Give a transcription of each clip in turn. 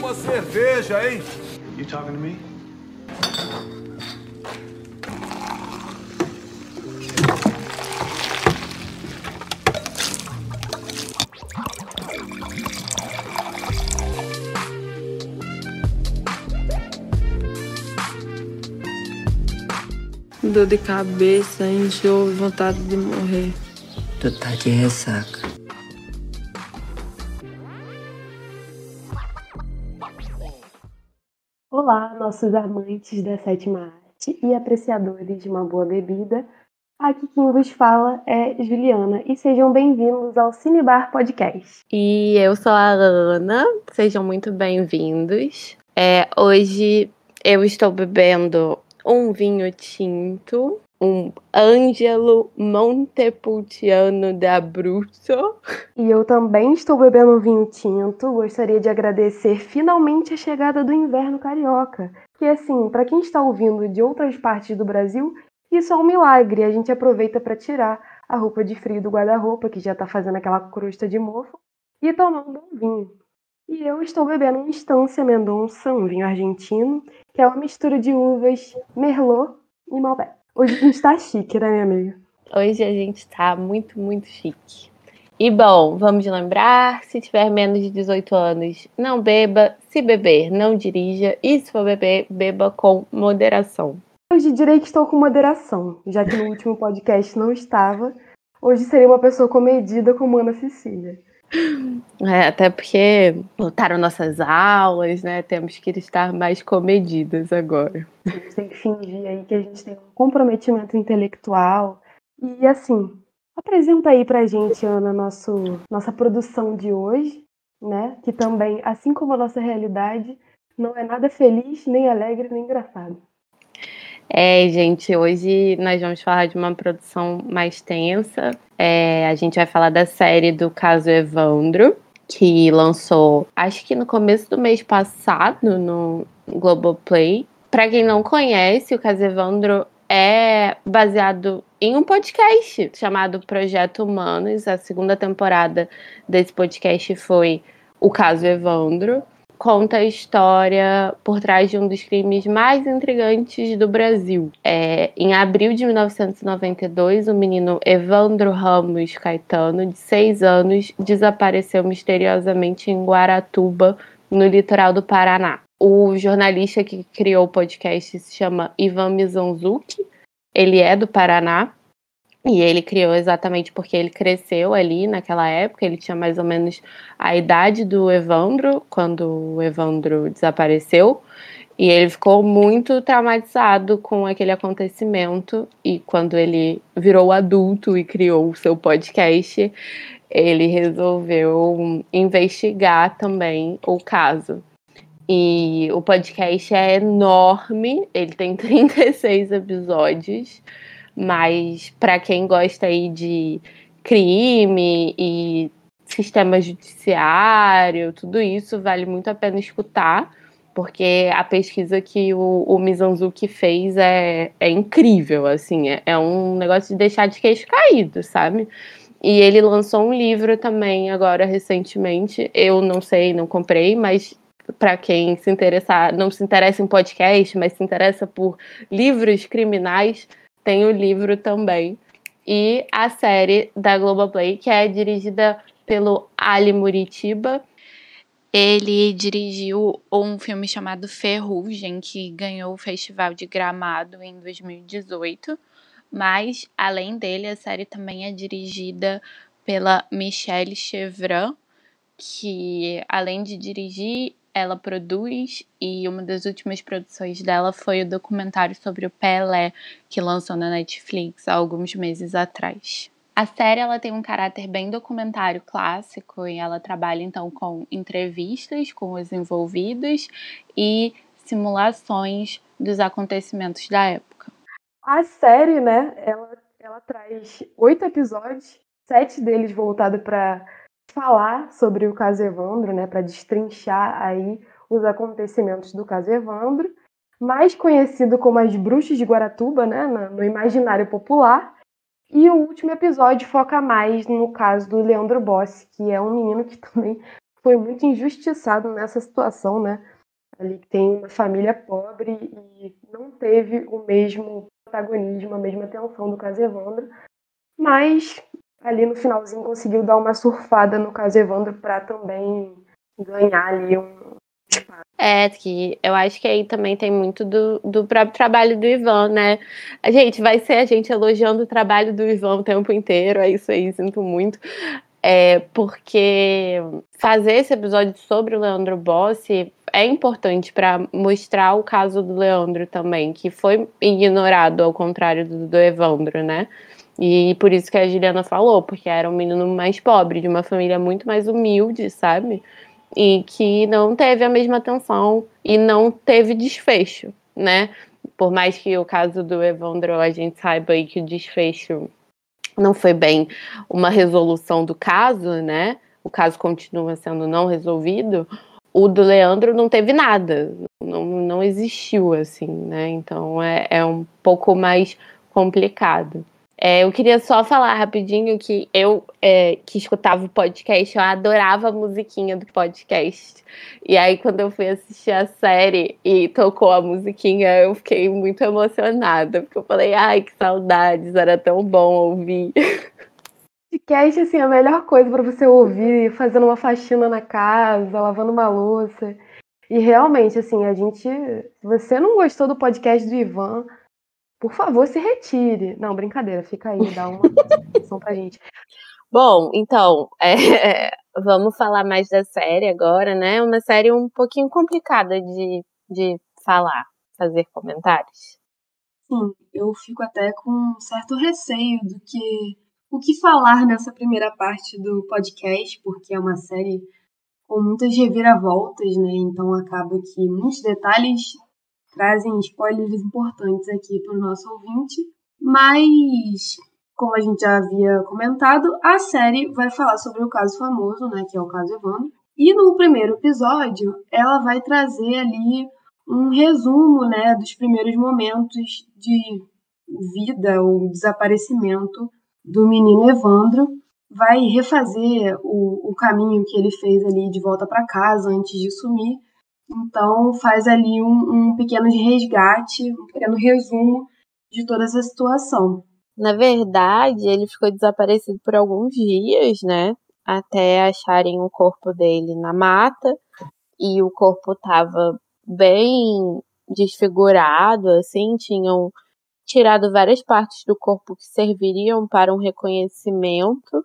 uma cerveja, hein? You talking to me? Dor de cabeça, enjoo, vontade de morrer. Tu tá de ressaca. Olá, nossos amantes da sétima arte e apreciadores de uma boa bebida. Aqui quem vos fala é Juliana e sejam bem-vindos ao Cinebar Podcast. E eu sou a Ana, sejam muito bem-vindos. Hoje eu estou bebendo um vinho tinto, um Ângelo Montepulciano d'Abruzzo. E eu também estou bebendo um vinho tinto. Gostaria de agradecer finalmente a chegada do inverno carioca. Que assim, para quem está ouvindo de outras partes do Brasil, isso é um milagre. A gente aproveita para tirar a roupa de frio do guarda-roupa, que já está fazendo aquela crosta de mofo, e tomar um bom vinho. E eu estou bebendo um Estância Mendonça, um vinho argentino, que é uma mistura de uvas Merlot e Malbec. Hoje a gente tá chique, né, minha amiga? Hoje a gente tá muito, muito chique. E bom, vamos lembrar, se tiver menos de 18 anos, não beba. Se beber, não dirija. E se for beber, beba com moderação. Hoje direi que estou com moderação, já que no último podcast não estava. Hoje serei uma pessoa comedida como Ana Cecília. Até porque voltaram nossas aulas, né? Temos que estar mais comedidas agora. A gente tem que fingir aí que a gente tem um comprometimento intelectual. E assim, apresenta aí pra gente, Ana, nossa produção de hoje, né? Que também, assim como a nossa realidade, não é nada feliz, nem alegre, nem engraçado. Gente, hoje nós vamos falar de uma produção mais tensa. A gente vai falar da série do Caso Evandro, que lançou, acho que no começo do mês passado, no Globoplay. Para quem não conhece, o Caso Evandro é baseado em um podcast chamado Projeto Humanos. A segunda temporada desse podcast foi o Caso Evandro. Conta a história por trás de um dos crimes mais intrigantes do Brasil. Em abril de 1992, o menino Evandro Ramos Caetano, de 6 anos, desapareceu misteriosamente em Guaratuba, no litoral do Paraná. O jornalista que criou o podcast se chama Ivan Mizanzuki. Ele é do Paraná. E ele criou exatamente porque ele cresceu ali naquela época. Ele tinha mais ou menos a idade do Evandro, quando o Evandro desapareceu. E ele ficou muito traumatizado com aquele acontecimento. E quando ele virou adulto e criou o seu podcast, ele resolveu investigar também o caso. E o podcast é enorme, ele tem 36 episódios. Mas para quem gosta aí de crime e sistema judiciário, tudo isso vale muito a pena escutar, porque a pesquisa que o Mizanzuki fez é incrível, assim, é um negócio de deixar de queixo caído, sabe? E ele lançou um livro também agora recentemente, eu não sei, não comprei, mas para quem se interessar, não se interessa em podcast, mas se interessa por livros criminais, tem o livro também. E a série da Globoplay, que é dirigida pelo Ali Muritiba. Ele dirigiu um filme chamado Ferrugem, que ganhou o Festival de Gramado em 2018. Mas, além dele, a série também é dirigida pela Michelle Chevran, que, além de dirigir, ela produz, e uma das últimas produções dela foi o documentário sobre o Pelé, que lançou na Netflix há alguns meses atrás. A série ela tem um caráter bem documentário clássico e ela trabalha então com entrevistas com os envolvidos e simulações dos acontecimentos da época. A série, né, ela traz 8 episódios, 7 deles voltados para falar sobre o caso Evandro, né, para destrinchar aí os acontecimentos do caso Evandro, mais conhecido como as Bruxas de Guaratuba, né, no imaginário popular. E o último episódio foca mais no caso do Leandro Bossi, que é um menino que também foi muito injustiçado nessa situação, né? Ali que tem uma família pobre e não teve o mesmo protagonismo, a mesma atenção do caso Evandro, mas ali no finalzinho conseguiu dar uma surfada no caso Evandro para também ganhar ali um espaço. Que eu acho que aí também tem muito do próprio trabalho do Ivan, né? A gente vai ser a gente elogiando o trabalho do Ivan o tempo inteiro, é isso aí, sinto muito. Porque fazer esse episódio sobre o Leandro Bossi é importante para mostrar o caso do Leandro também, que foi ignorado ao contrário do Evandro, né? E por isso que a Juliana falou, porque era um menino mais pobre, de uma família muito mais humilde, sabe? E que não teve a mesma atenção e não teve desfecho, né? Por mais que o caso do Evandro a gente saiba aí que o desfecho não foi bem uma resolução do caso, né? O caso continua sendo não resolvido. O do Leandro não teve nada, não existiu, assim, né? Então é um pouco mais complicado. Eu queria só falar rapidinho que eu, que escutava o podcast, eu adorava a musiquinha do podcast. E aí, quando eu fui assistir a série e tocou a musiquinha, eu fiquei muito emocionada. Porque eu falei, ai, que saudades, era tão bom ouvir. Podcast, assim, é a melhor coisa para você ouvir fazendo uma faxina na casa, lavando uma louça. E realmente, assim, se você não gostou do podcast do Ivan, por favor, se retire. Não, brincadeira, fica aí, dá uma atenção pra gente. Bom, então, vamos falar mais da série agora, né? Uma série um pouquinho complicada de falar, fazer comentários. Sim, eu fico até com um certo receio do que o que falar nessa primeira parte do podcast, porque é uma série com muitas reviravoltas, né? Então acaba que muitos detalhes trazem spoilers importantes aqui para o nosso ouvinte, mas como a gente já havia comentado, a série vai falar sobre o caso famoso, né, que é o caso Evandro, e no primeiro episódio ela vai trazer ali um resumo, né, dos primeiros momentos de vida ou desaparecimento do menino Evandro, vai refazer o caminho que ele fez ali de volta para casa antes de sumir. Então faz ali um pequeno resgate, um pequeno resumo de toda essa situação. Na verdade, ele ficou desaparecido por alguns dias, né? Até acharem o corpo dele na mata. E o corpo estava bem desfigurado, assim, tinham tirado várias partes do corpo que serviriam para um reconhecimento.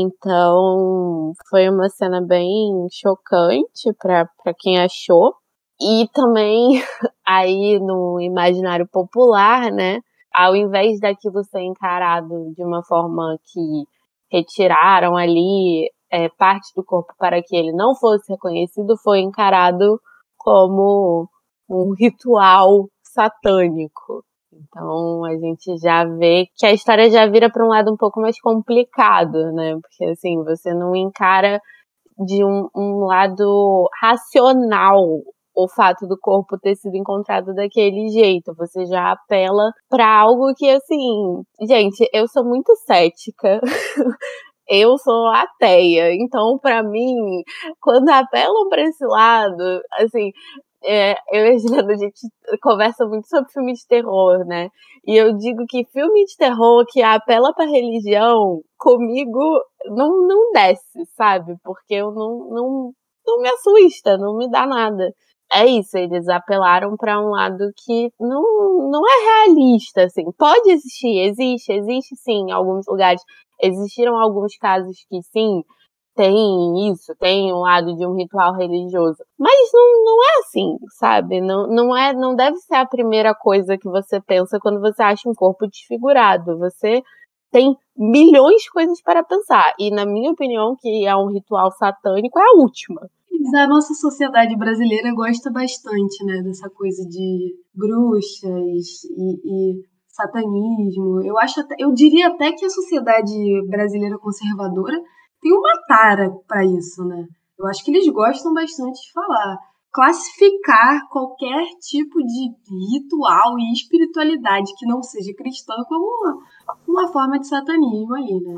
Então, foi uma cena bem chocante para quem achou. E também, aí no imaginário popular, né, ao invés daquilo ser encarado de uma forma que retiraram ali parte do corpo para que ele não fosse reconhecido, foi encarado como um ritual satânico. Então a gente já vê que a história já vira para um lado um pouco mais complicado, né? Porque assim, você não encara de um lado racional o fato do corpo ter sido encontrado daquele jeito. Você já apela para algo que, assim, gente, eu sou muito cética. Eu sou ateia, então para mim, quando apelam para esse lado, assim, eu e a Juliana, a gente conversa muito sobre filme de terror, né? E eu digo que filme de terror que apela pra religião, comigo não desce, sabe? Porque eu não me assusta, não me dá nada. É isso, eles apelaram pra um lado que não é realista, assim. Pode existir, existe sim em alguns lugares. Existiram alguns casos que sim, tem isso, tem um lado de um ritual religioso. Mas não é assim, sabe? Não deve ser a primeira coisa que você pensa quando você acha um corpo desfigurado. Você tem milhões de coisas para pensar. E na minha opinião, que é um ritual satânico, é a última. A nossa sociedade brasileira gosta bastante, né, dessa coisa de bruxas e satanismo. Eu diria até que a sociedade brasileira conservadora tem uma tara para isso, né? Eu acho que eles gostam bastante de falar. Classificar qualquer tipo de ritual e espiritualidade que não seja cristã como uma forma de satanismo ali, né?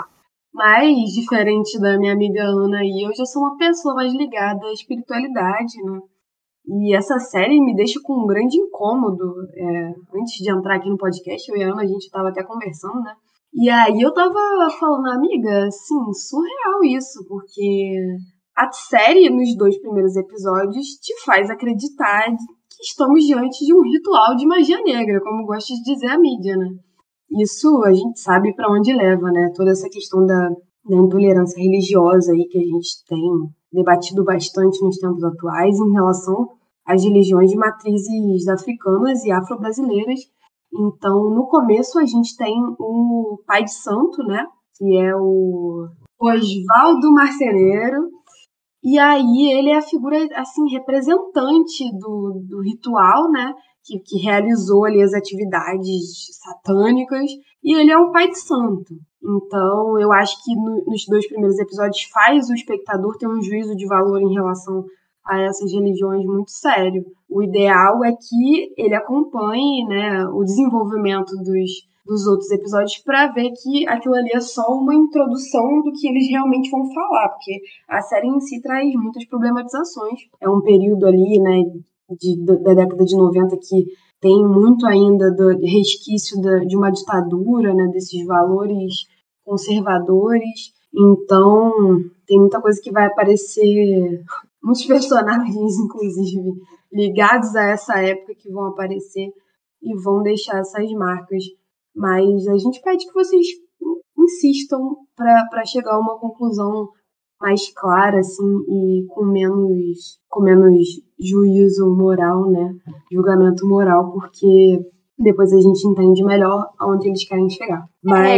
Mas, diferente da minha amiga Ana aí, eu já sou uma pessoa mais ligada à espiritualidade, né? E essa série me deixa com um grande incômodo. Antes de entrar aqui no podcast, eu e a Ana, a gente estava até conversando, né? E aí eu tava falando, amiga, assim, surreal isso, porque a série, nos 2 primeiros episódios, te faz acreditar que estamos diante de um ritual de magia negra, como gosta de dizer a mídia, né? Isso a gente sabe para onde leva, né? Toda essa questão da intolerância religiosa aí que a gente tem debatido bastante nos tempos atuais em relação às religiões de matrizes africanas e afro-brasileiras. Então, no começo, a gente tem o pai de santo, né? Que é o Oswaldo Marceneiro. E aí ele é a figura, assim, representante do ritual, né? Que realizou ali as atividades satânicas. E ele é um pai de santo. Então, eu acho que nos 2 primeiros episódios faz o espectador ter um juízo de valor em relação a essas religiões muito sério. O ideal é que ele acompanhe, né, o desenvolvimento dos outros episódios para ver que aquilo ali é só uma introdução do que eles realmente vão falar, porque a série em si traz muitas problematizações. É um período ali, né, da década de 90 que tem muito ainda do resquício de uma ditadura, né, desses valores conservadores. Então, tem muita coisa que vai aparecer, muitos personagens, inclusive, ligados a essa época que vão aparecer e vão deixar essas marcas. Mas a gente pede que vocês insistam para chegar a uma conclusão mais clara, assim, e com menos juízo moral, né? Julgamento moral, porque depois a gente entende melhor aonde eles querem chegar. Mas...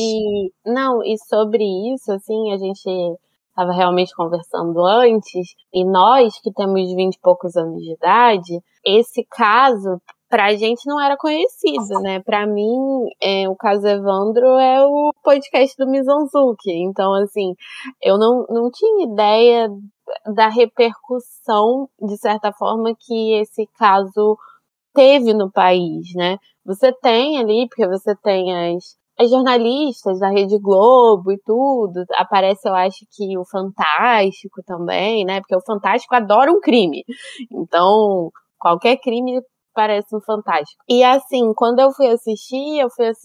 E sobre isso, assim, a gente estava realmente conversando antes, e nós que temos 20 e poucos anos de idade, esse caso pra gente não era conhecido, né? Pra mim, o caso Evandro é o podcast do Mizanzuki. Então, assim, eu não tinha ideia da repercussão, de certa forma, que esse caso teve no país, né? Você tem ali, porque você tem as jornalistas da Rede Globo e tudo, aparece, eu acho que o Fantástico também, né? Porque o Fantástico adora um crime. Então, qualquer crime parece um Fantástico. E assim, quando eu fui assistir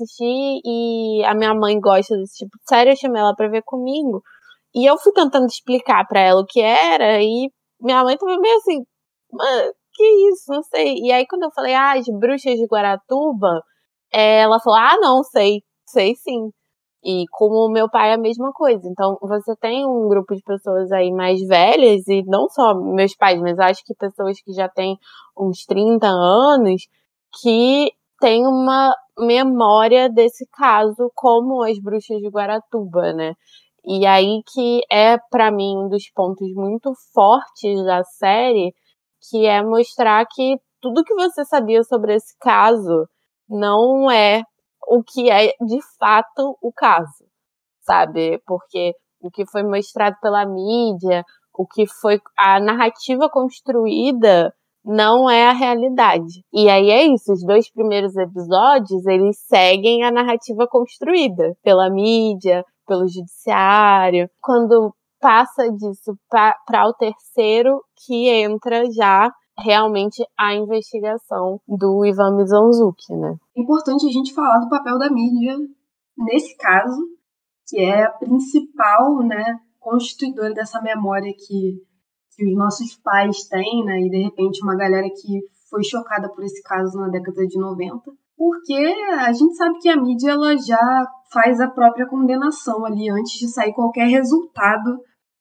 e a minha mãe gosta desse tipo de série, eu chamei ela pra ver comigo. E eu fui tentando explicar pra ela o que era, e minha mãe tava meio assim, que isso, não sei. E aí quando eu falei, as bruxas de Guaratuba, ela falou, não, sei sim. E como o meu pai é a mesma coisa. Então, você tem um grupo de pessoas aí mais velhas, e não só meus pais, mas acho que pessoas que já têm uns 30 anos, que tem uma memória desse caso como as bruxas de Guaratuba, né? E aí que é, pra mim, um dos pontos muito fortes da série, que é mostrar que tudo que você sabia sobre esse caso não é o que é de fato o caso, sabe? Porque o que foi mostrado pela mídia, o que foi a narrativa construída, não é a realidade. E aí é isso, os 2 primeiros episódios, eles seguem a narrativa construída pela mídia, pelo judiciário. Quando passa disso para o terceiro, que entra já realmente a investigação do Ivan Mizanzuki, né? É importante a gente falar do papel da mídia nesse caso, que é a principal, né, constituidora dessa memória que os nossos pais têm, né, e de repente uma galera que foi chocada por esse caso na década de 90, porque a gente sabe que a mídia ela já faz a própria condenação ali antes de sair qualquer resultado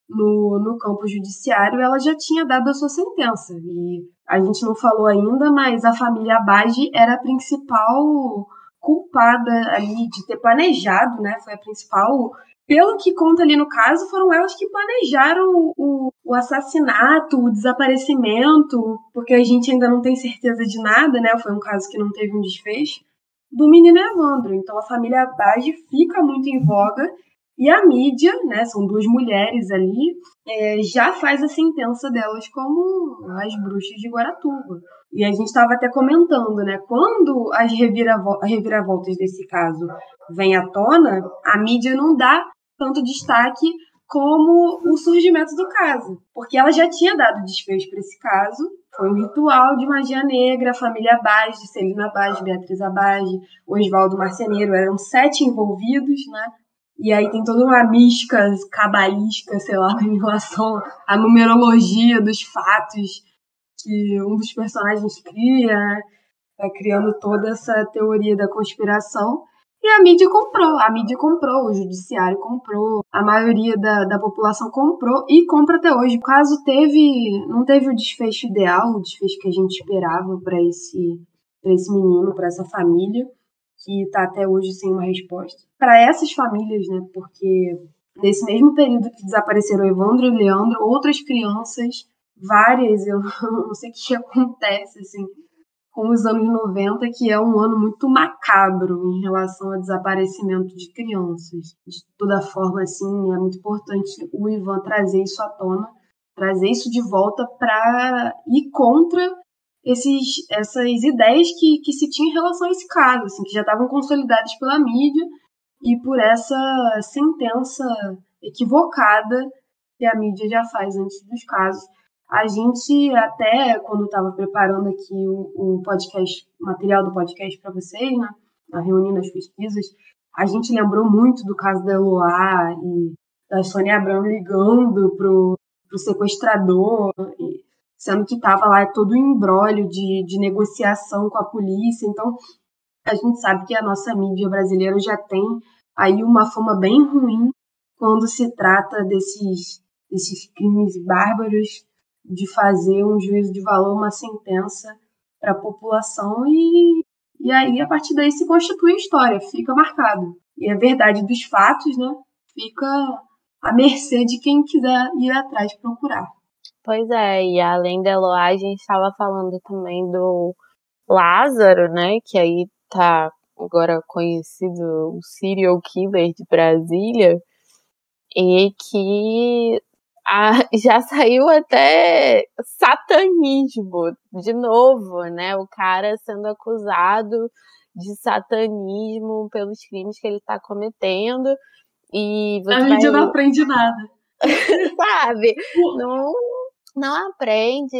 no campo judiciário, ela já tinha dado a sua sentença. E a gente não falou ainda, mas a família Abage era a principal culpada ali de ter planejado, né? Foi a principal... Pelo que conta ali no caso, foram elas que planejaram o assassinato, o desaparecimento, porque a gente ainda não tem certeza de nada, né? Foi um caso que não teve um desfecho, do menino Evandro. Então a família Abage fica muito em voga. E a mídia, né, são 2 mulheres ali, já faz a sentença delas como as bruxas de Guaratuba. E a gente estava até comentando, né, quando as reviravoltas desse caso vêm à tona, a mídia não dá tanto destaque como o surgimento do caso, porque ela já tinha dado desfecho para esse caso. Foi um ritual de magia negra, a família Abage, Celina Abage, Beatriz Abage, Oswaldo Marceneiro, eram 7 envolvidos, né? E aí tem toda uma mística cabalística, sei lá, em relação à numerologia dos fatos que um dos personagens cria, né? Tá criando toda essa teoria da conspiração. E a mídia comprou, o judiciário comprou, a maioria da população comprou e compra até hoje. O caso não teve o desfecho ideal, o desfecho que a gente esperava para esse menino, para essa família, que está até hoje sem uma resposta. Para essas famílias, né, porque nesse mesmo período que desapareceram Evandro e Leandro, outras crianças, várias, eu não sei o que acontece, assim, com os anos 90, que é um ano muito macabro em relação ao desaparecimento de crianças. De toda forma, assim, é muito importante o Ivan trazer isso à tona, trazer isso de volta para ir contra essas ideias que se tinha em relação a esse caso, assim, que já estavam consolidadas pela mídia e por essa sentença equivocada que a mídia já faz antes dos casos. A gente até, quando estava preparando aqui o podcast, o material do podcast para vocês, né, reunindo as pesquisas, a gente lembrou muito do caso da Eloá e da Sônia Abrão ligando pro sequestrador, sendo que estava lá todo o imbróglio de negociação com a polícia. Então, a gente sabe que a nossa mídia brasileira já tem aí uma fama bem ruim quando se trata desses crimes bárbaros, de fazer um juízo de valor, uma sentença para a população e aí, a partir daí, se constitui a história, fica marcado. E a verdade dos fatos, né, fica à mercê de quem quiser ir atrás procurar. Pois é, e além da Eloá, a gente estava falando também do Lázaro, né, que aí tá agora conhecido o serial killer de Brasília, e que já saiu até satanismo, de novo, né? O cara sendo acusado de satanismo pelos crimes que ele está cometendo. E a mídia não aprende nada. Sabe? Não aprende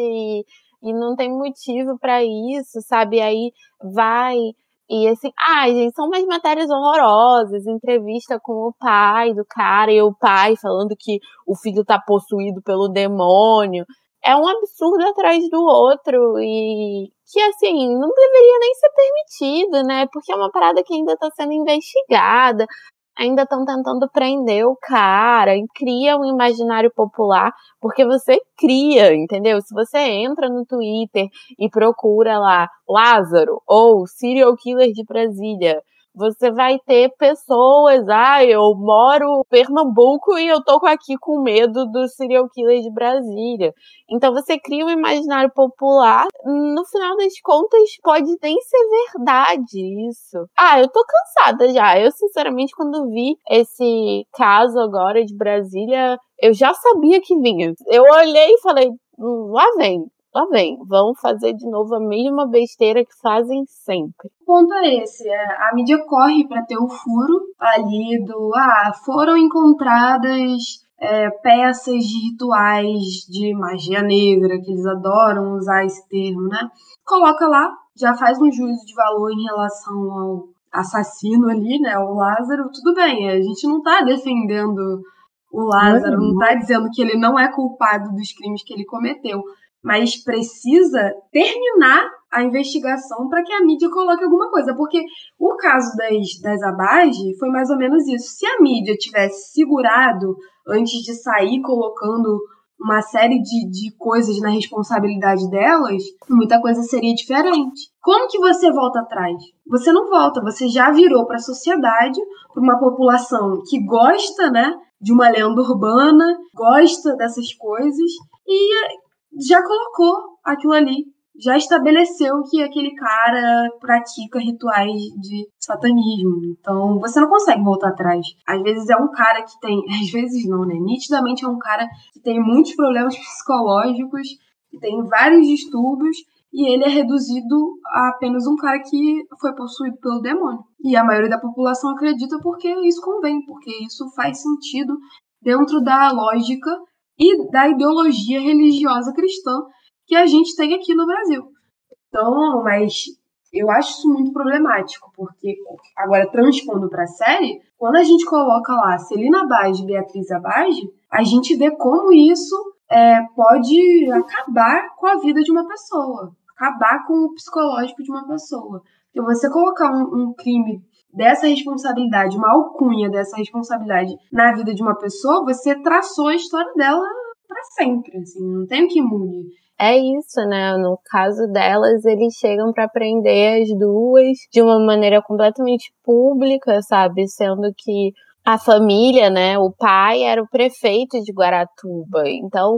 e não tem motivo para isso, sabe? Aí vai... E assim, gente, são umas matérias horrorosas, entrevista com o pai do cara, e o pai falando que o filho tá possuído pelo demônio. É um absurdo atrás do outro, e que, assim, não deveria nem ser permitido, né? Porque é uma parada que ainda tá sendo investigada, ainda estão tentando prender o cara, e cria um imaginário popular, porque você cria, entendeu? Se você entra no Twitter e procura lá Lázaro ou serial killer de Brasília, você vai ter pessoas, eu moro em Pernambuco e eu tô aqui com medo do serial killer de Brasília. Então você cria um imaginário popular, no final das contas pode nem ser verdade isso. Eu tô cansada já. Eu, sinceramente, quando vi esse caso agora de Brasília, eu já sabia que vinha. Eu olhei e falei, lá vem, vão fazer de novo a mesma besteira que fazem sempre. O ponto é esse, a mídia corre para ter o furo ali foram encontradas peças de rituais de magia negra, que eles adoram usar esse termo, né? Coloca lá, já faz um juízo de valor em relação ao assassino ali, né, o Lázaro. Tudo bem, a gente não tá defendendo o Lázaro, não tá dizendo que ele não é culpado dos crimes que ele cometeu, mas precisa terminar a investigação para que a mídia coloque alguma coisa, porque o caso das Abage foi mais ou menos isso. Se a mídia tivesse segurado antes de sair colocando uma série de coisas na responsabilidade delas, muita coisa seria diferente. Como que você volta atrás? Você não volta, você já virou para a sociedade, para uma população que gosta, né, de uma lenda urbana, gosta dessas coisas e já colocou aquilo ali, já estabeleceu que aquele cara pratica rituais de satanismo. Então, você não consegue voltar atrás. Às vezes é um cara que tem... Às vezes não, né? Nitidamente é um cara que tem muitos problemas psicológicos, que tem vários distúrbios e ele é reduzido a apenas um cara que foi possuído pelo demônio. E a maioria da população acredita porque isso convém, porque isso faz sentido dentro da lógica e da ideologia religiosa cristã que a gente tem aqui no Brasil. Então, mas eu acho isso muito problemático, porque agora transpondo para a série, quando a gente coloca lá Celina Abage e Beatriz Abage, a gente vê como isso pode acabar com a vida de uma pessoa, acabar com o psicológico de uma pessoa. Porque você colocar um crime dessa responsabilidade, uma alcunha dessa responsabilidade na vida de uma pessoa, você traçou a história dela para sempre, assim, não tem o que mude. É isso, né? No caso delas, eles chegam para prender as duas de uma maneira completamente pública, sabe? Sendo que a família, né? O pai era o prefeito de Guaratuba. Então,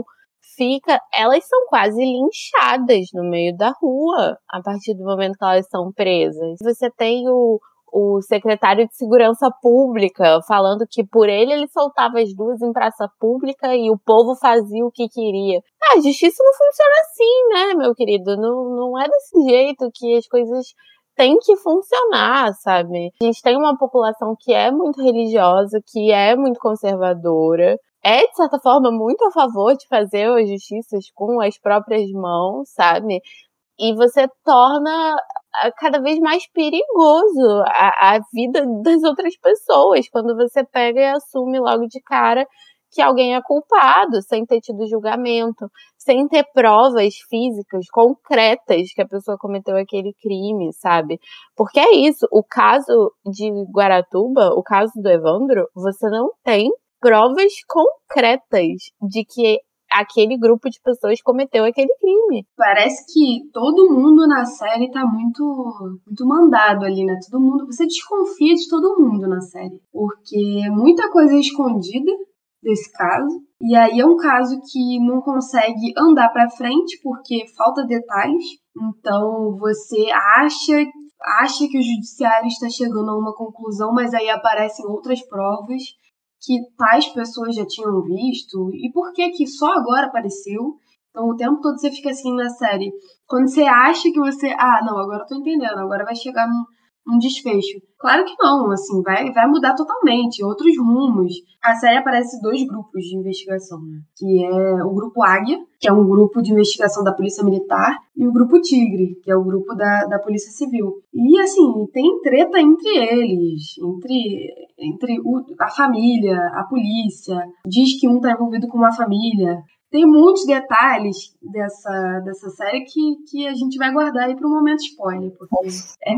elas são quase linchadas no meio da rua a partir do momento que elas são presas. Você tem o secretário de Segurança Pública falando que por ele soltava as duas em praça pública e o povo fazia o que queria. A justiça não funciona assim, né, meu querido? Não é desse jeito que as coisas têm que funcionar, sabe? A gente tem uma população que é muito religiosa, que é muito conservadora, é, de certa forma, muito a favor de fazer as justiças com as próprias mãos, sabe? E você torna cada vez mais perigoso a vida das outras pessoas quando você pega e assume logo de cara que alguém é culpado, sem ter tido julgamento, sem ter provas físicas concretas que a pessoa cometeu aquele crime, sabe? Porque é isso, o caso de Guaratuba, o caso do Evandro, você não tem provas concretas de que aquele grupo de pessoas cometeu aquele crime. Parece que todo mundo na série tá muito mandado ali, né? Todo mundo, você desconfia de todo mundo na série, porque muita coisa é escondida desse caso, e aí é um caso que não consegue andar pra frente porque falta detalhes. Então você acha que o judiciário está chegando a uma conclusão, mas aí aparecem outras provas que tais pessoas já tinham visto, e por que só agora apareceu. Então o tempo todo você fica assim na série, quando você acha que você, não, agora eu tô entendendo, agora vai chegar num desfecho. Claro que não, assim, vai mudar totalmente, outros rumos. A série aparece 2 grupos de investigação, né? Que é o grupo Águia, que é um grupo de investigação da Polícia Militar, e o grupo Tigre, que é o grupo da Polícia Civil. E, assim, tem treta entre eles, entre a família, a polícia, diz que um tá envolvido com uma família. Tem muitos detalhes dessa série que a gente vai guardar aí para um momento spoiler, porque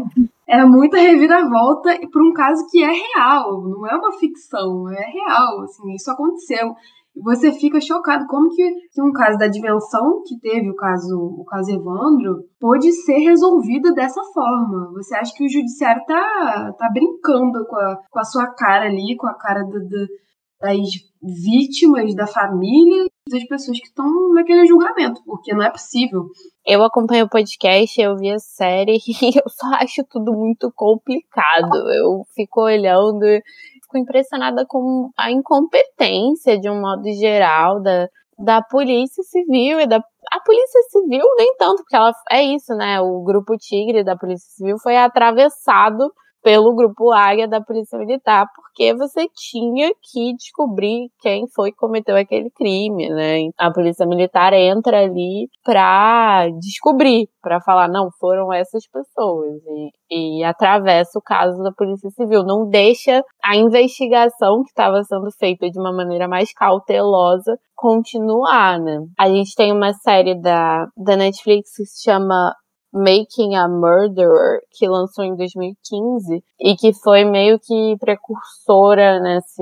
é muita reviravolta para um caso que é real, não é uma ficção, é real, assim, isso aconteceu. E você fica chocado como que um caso da dimensão que teve o caso Evandro pôde ser resolvido dessa forma. Você acha que o judiciário tá brincando com a sua cara ali, com a cara das vítimas, da família e das pessoas que estão naquele julgamento, porque não é possível. Eu acompanho o podcast, eu vi a série e eu só acho tudo muito complicado. Eu fico olhando, fico impressionada com a incompetência, de um modo geral, da Polícia Civil e a Polícia Civil nem tanto, porque ela é isso, né? O grupo Tigre da Polícia Civil foi atravessado pelo grupo Águia da Polícia Militar, porque você tinha que descobrir quem foi que cometeu aquele crime, né? A Polícia Militar entra ali pra descobrir, pra falar, não, foram essas pessoas, e atravessa o caso da Polícia Civil, não deixa a investigação que estava sendo feita de uma maneira mais cautelosa continuar, né? A gente tem uma série da Netflix que se chama Making a Murderer, que lançou em 2015 e que foi meio que precursora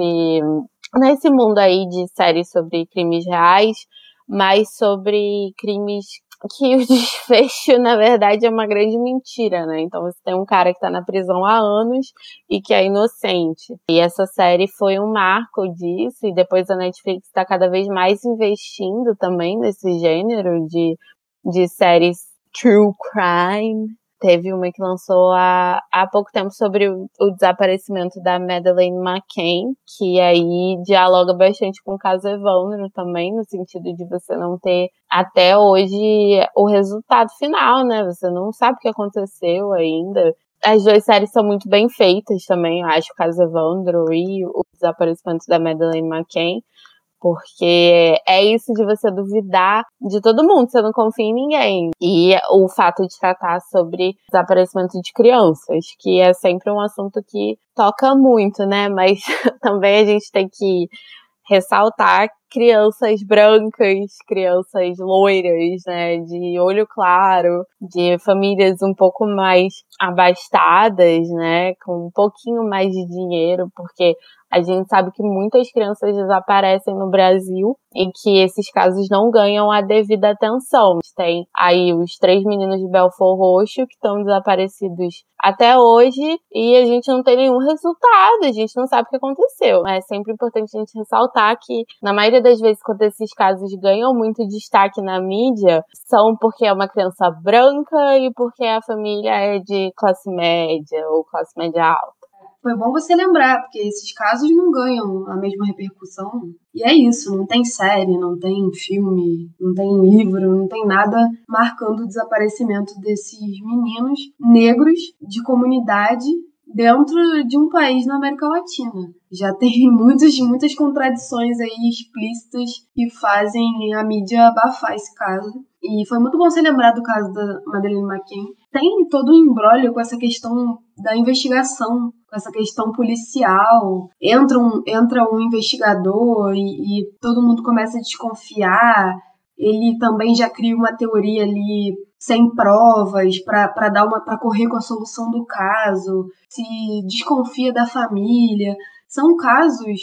nesse mundo aí de séries sobre crimes reais, mas sobre crimes que o desfecho, na verdade, é uma grande mentira, né? Então você tem um cara que tá na prisão há anos e que é inocente. E essa série foi um marco disso, e depois a Netflix tá cada vez mais investindo também nesse gênero de séries true crime. teve uma que lançou há pouco tempo sobre o desaparecimento da Madeleine McCann, que aí dialoga bastante com o caso Evandro também, no sentido de você não ter até hoje o resultado final, né? Você não sabe o que aconteceu ainda. As duas séries são muito bem feitas também, eu acho, o caso Evandro e o desaparecimento da Madeleine McCann. Porque é isso de você duvidar de todo mundo, você não confia em ninguém. E o fato de tratar sobre desaparecimento de crianças, que é sempre um assunto que toca muito, né? Mas também a gente tem que ressaltar crianças brancas, crianças loiras, né, de olho claro, de famílias um pouco mais abastadas, né, com um pouquinho mais de dinheiro, porque a gente sabe que muitas crianças desaparecem no Brasil e que esses casos não ganham a devida atenção. Tem aí os 3 meninos de Belford Roxo que estão desaparecidos até hoje e a gente não tem nenhum resultado, a gente não sabe o que aconteceu. É sempre importante a gente ressaltar que, na maioria das vezes, quando esses casos ganham muito destaque na mídia, são porque é uma criança branca e porque a família é de classe média ou classe média alta. Foi bom você lembrar, porque esses casos não ganham a mesma repercussão. E é isso, não tem série, não tem filme, não tem livro, não tem nada marcando o desaparecimento desses meninos negros de comunidade dentro de um país na América Latina. Já tem muitas contradições aí explícitas que fazem a mídia abafar esse caso. E foi muito bom você lembrar do caso da Madeleine McCann. Tem todo um imbróglio com essa questão da investigação, com essa questão policial. Entra um investigador e todo mundo começa a desconfiar. Ele também já cria uma teoria ali sem provas para correr com a solução do caso, se desconfia da família. São casos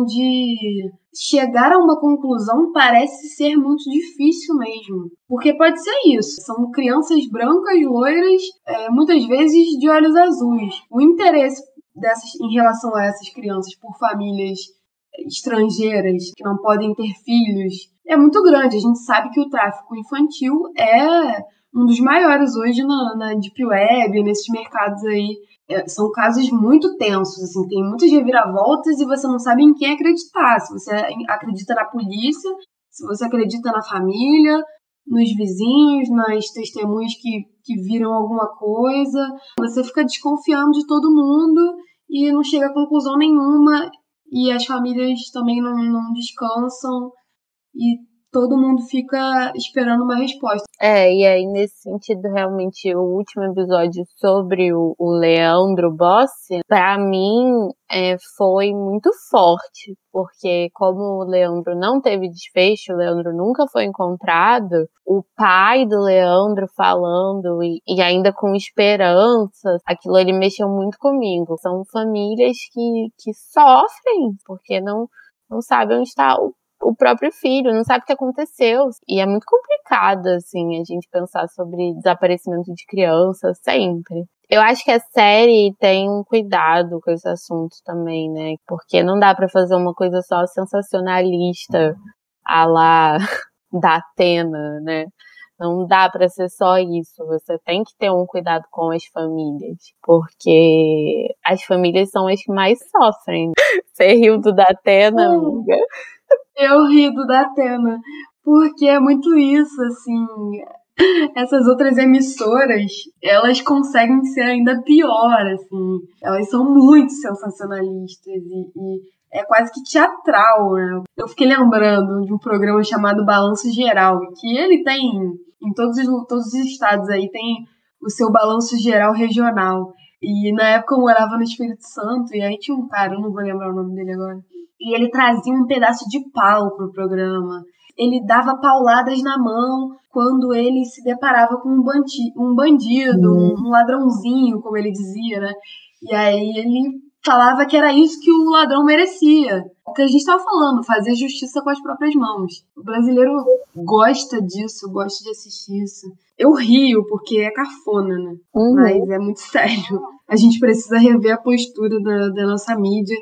onde chegar a uma conclusão parece ser muito difícil mesmo. Porque pode ser isso. São crianças brancas, loiras, muitas vezes de olhos azuis. O interesse em relação a essas crianças por famílias estrangeiras que não podem ter filhos é muito grande. A gente sabe que o tráfico infantil é um dos maiores hoje na Deep Web, nesses mercados aí. São casos muito tensos, assim, tem muitas reviravoltas e você não sabe em quem acreditar. Se você acredita na polícia, se você acredita na família, nos vizinhos, nas testemunhas que viram alguma coisa. Você fica desconfiando de todo mundo e não chega a conclusão nenhuma. E as famílias também não descansam e todo mundo fica esperando uma resposta. E aí nesse sentido, realmente, o último episódio sobre o Leandro Bossi, pra mim, foi muito forte, porque como o Leandro não teve desfecho, o Leandro nunca foi encontrado, o pai do Leandro falando e ainda com esperança, aquilo ali mexeu muito comigo. São famílias que sofrem, porque não sabem onde está o próprio filho, não sabe o que aconteceu. E é muito complicado, assim, a gente pensar sobre desaparecimento de criança sempre. Eu acho que a série tem um cuidado com esse assunto também, né? Porque não dá pra fazer uma coisa só sensacionalista à la da Atena, né? Não dá pra ser só isso. Você tem que ter um cuidado com as famílias. Porque as famílias são as que mais sofrem. Você riu do da Atena, amiga? Eu ri do da Atena, porque é muito isso, assim. Essas outras emissoras, elas conseguem ser ainda pior, assim. Elas são muito sensacionalistas e é quase que teatral, né? Eu fiquei lembrando de um programa chamado Balanço Geral, que ele tem, em todos os estados aí, tem o seu balanço geral regional. E na época eu morava no Espírito Santo, e aí tinha um cara, eu não vou lembrar o nome dele agora, e ele trazia um pedaço de pau pro programa. Ele dava pauladas na mão quando ele se deparava com um bandido, um ladrãozinho, como ele dizia, né? E aí ele falava que era isso que o ladrão merecia. O que a gente estava falando, fazer justiça com as próprias mãos. O brasileiro gosta disso, gosta de assistir isso. Eu rio porque é cafona, né? Mas é muito sério. A gente precisa rever a postura da nossa mídia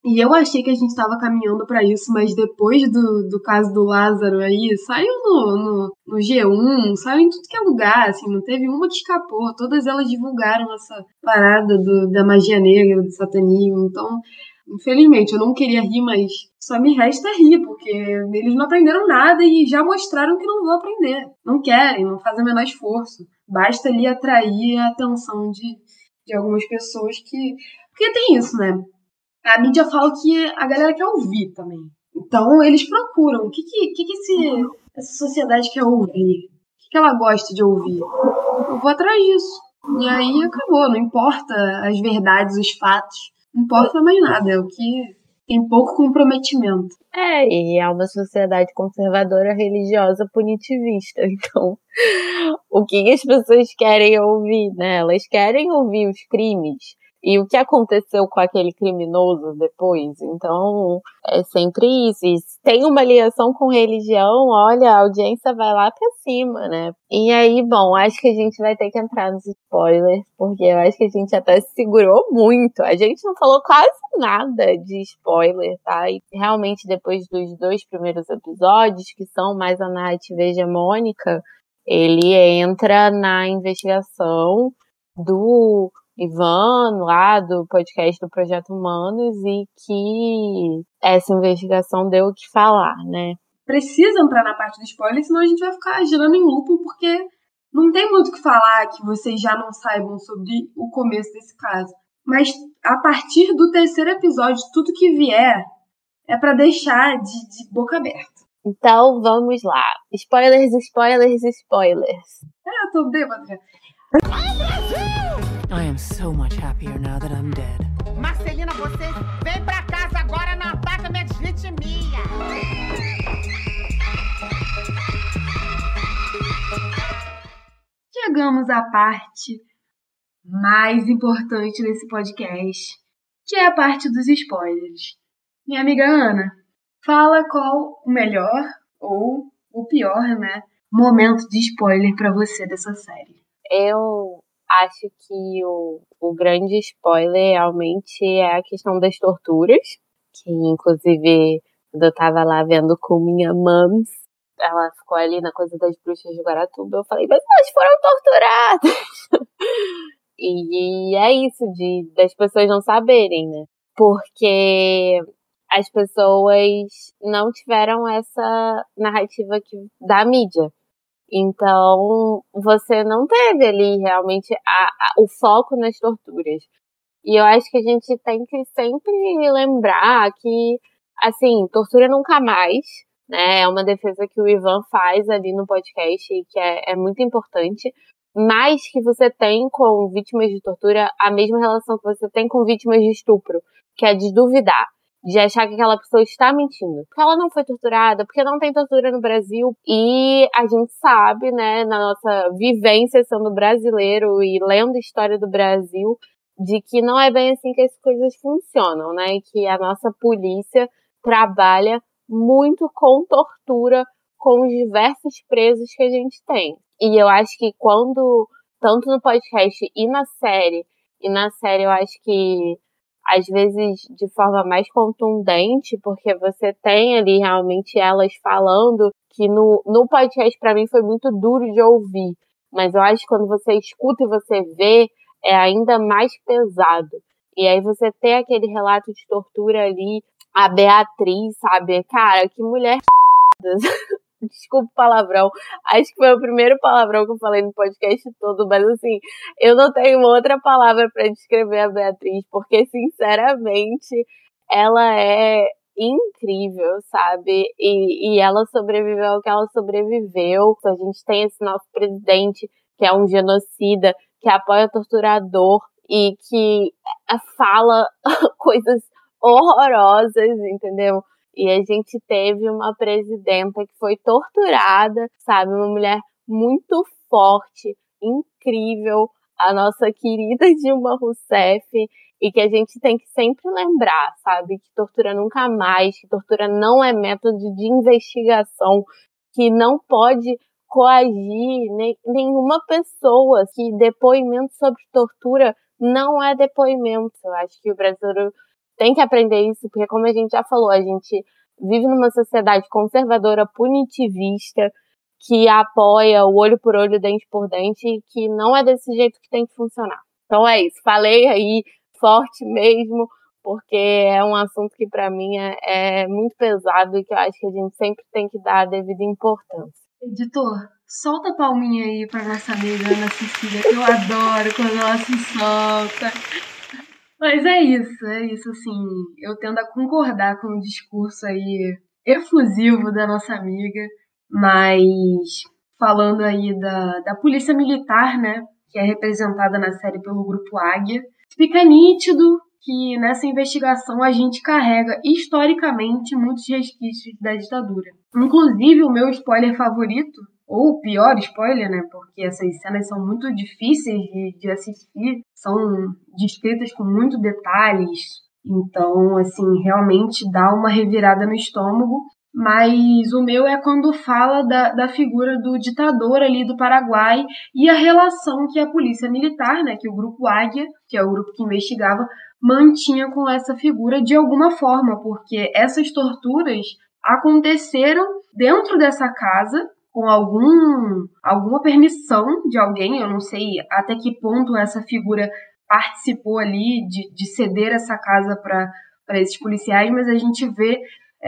E eu achei que a gente estava caminhando para isso, mas depois do caso do Lázaro aí, saiu no G1, saiu em tudo que é lugar, assim, não teve uma que escapou. Todas elas divulgaram essa parada da magia negra, do satanismo. Então, infelizmente, eu não queria rir, mas só me resta rir, porque eles não aprenderam nada e já mostraram que não vão aprender. Não querem, não fazem o menor esforço. Basta ali atrair a atenção de algumas pessoas que... Porque tem isso, né? A mídia fala que a galera quer ouvir também. Então, eles procuram. O que essa sociedade quer ouvir? O que ela gosta de ouvir? Eu vou atrás disso. E aí acabou. Não importa as verdades, os fatos. Não importa mais nada. É o que tem pouco comprometimento. E é uma sociedade conservadora, religiosa, punitivista. Então, o que as pessoas querem ouvir, né? Elas querem ouvir os crimes. E o que aconteceu com aquele criminoso depois? Então, é sempre isso. E se tem uma ligação com religião, olha, a audiência vai lá pra cima, né? E aí, bom, acho que a gente vai ter que entrar nos spoilers, porque eu acho que a gente até se segurou muito. A gente não falou quase nada de spoiler, tá? E realmente, depois dos 2 primeiros episódios, que são mais a narrativa hegemônica, ele entra na investigação do Ivan, lá do podcast do Projeto Humanos, e que essa investigação deu o que falar, né? Precisa entrar na parte do spoiler, senão a gente vai ficar girando em looping, porque não tem muito o que falar que vocês já não saibam sobre o começo desse caso. Mas a partir do 3º episódio, tudo que vier é pra deixar de boca aberta. Então, vamos lá. Spoilers, spoilers, spoilers. Eu tô bêbada. I am so much happier now that I'm dead. Marcelina, você vem pra casa agora, não ataca minha deslitimia. Chegamos à parte mais importante desse podcast, que é a parte dos spoilers. Minha amiga Ana, fala qual o melhor ou o pior, né, momento de spoiler pra você dessa série. Eu acho que o grande spoiler realmente é a questão das torturas, que inclusive quando eu tava lá vendo com minha mãe, ela ficou ali na coisa das bruxas de Guaratuba, eu falei, mas elas foram torturadas! E é isso, das pessoas não saberem, né? Porque as pessoas não tiveram essa narrativa da mídia. Então, você não teve ali realmente o foco nas torturas. E eu acho que a gente tem que sempre lembrar que, assim, tortura nunca mais, né? É uma defesa que o Ivan faz ali no podcast e que é muito importante. Mas que você tem com vítimas de tortura a mesma relação que você tem com vítimas de estupro, que é de duvidar, de achar que aquela pessoa está mentindo. Porque ela não foi torturada, porque não tem tortura no Brasil. E a gente sabe, né, na nossa vivência sendo brasileiro e lendo a história do Brasil, de que não é bem assim que as coisas funcionam, né? E que a nossa polícia trabalha muito com tortura com os diversos presos que a gente tem. E eu acho que quando, tanto no podcast e na série eu acho que às vezes de forma mais contundente, porque você tem ali realmente elas falando, que no podcast pra mim foi muito duro de ouvir, mas eu acho que quando você escuta e você vê, é ainda mais pesado. E aí você tem aquele relato de tortura ali, a Beatriz, sabe? Cara, que mulher desculpa o palavrão, acho que foi o primeiro palavrão que eu falei no podcast todo, mas assim, eu não tenho outra palavra para descrever a Beatriz, porque sinceramente ela é incrível, sabe? E ela sobreviveu ao que ela sobreviveu. A gente tem esse nosso presidente que é um genocida, que apoia torturador e que fala coisas horrorosas, entendeu? E a gente teve uma presidenta que foi torturada, sabe? Uma mulher muito forte, incrível, a nossa querida Dilma Rousseff, e que a gente tem que sempre lembrar, sabe? Que tortura nunca mais, que tortura não é método de investigação, que não pode coagir nenhuma pessoa, que depoimento sobre tortura não é depoimento. Eu acho que o brasileiro tem que aprender isso, porque como a gente já falou, a gente vive numa sociedade conservadora, punitivista, que apoia o olho por olho, dente por dente, e que não é desse jeito que tem que funcionar. Então é isso, falei aí forte mesmo, porque é um assunto que para mim é muito pesado e que eu acho que a gente sempre tem que dar a devida importância. Editor, solta a palminha aí pra nossa amiga Ana Cecília, que eu adoro quando ela se solta. Mas é isso, assim, eu tendo a concordar com o discurso aí efusivo da nossa amiga, mas falando aí da polícia militar, né, que é representada na série pelo Grupo Águia, fica nítido que nessa investigação a gente carrega historicamente muitos resquícios da ditadura. Inclusive o meu spoiler favorito, ou o pior spoiler, né, porque essas cenas são muito difíceis de assistir, são descritas com muitos detalhes, então, assim, realmente dá uma revirada no estômago, mas o meu é quando fala da figura do ditador ali do Paraguai e a relação que a polícia militar, né, que o Grupo Águia, que é o grupo que investigava, mantinha com essa figura de alguma forma, porque essas torturas aconteceram dentro dessa casa, com alguma permissão de alguém, eu não sei até que ponto essa figura participou ali de ceder essa casa para esses policiais, mas a gente vê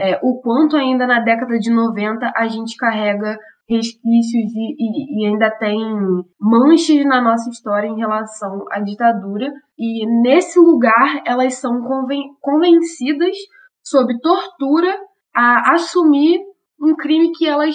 o quanto ainda na década de 90 a gente carrega resquícios e ainda tem manchas na nossa história em relação à ditadura, e nesse lugar elas são convencidas, sob tortura, a assumir um crime que elas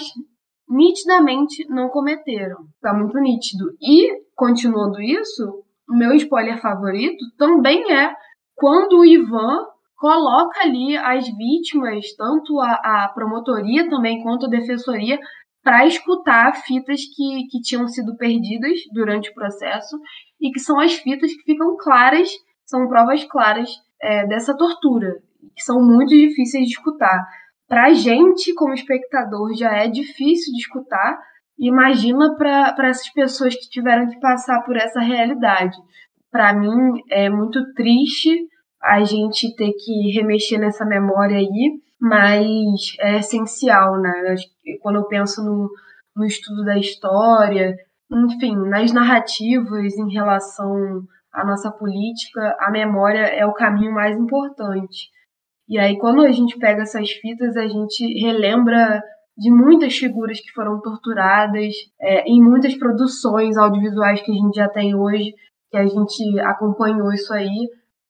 nitidamente não cometeram. Tá muito nítido. E, continuando isso, o meu spoiler favorito também é quando o Ivan coloca ali as vítimas, tanto a promotoria também quanto a defensoria, para escutar fitas que tinham sido perdidas durante o processo e que são as fitas que ficam claras, são provas claras dessa tortura, que são muito difíceis de escutar. Para a gente, como espectador, já é difícil de escutar. Imagina para essas pessoas que tiveram que passar por essa realidade. Para mim, é muito triste a gente ter que remexer nessa memória aí, mas é essencial, né? Quando eu penso no estudo da história, enfim, nas narrativas em relação à nossa política, a memória é o caminho mais importante. E aí, quando a gente pega essas fitas, a gente relembra de muitas figuras que foram torturadas, em muitas produções audiovisuais que a gente já tem hoje, que a gente acompanhou isso aí,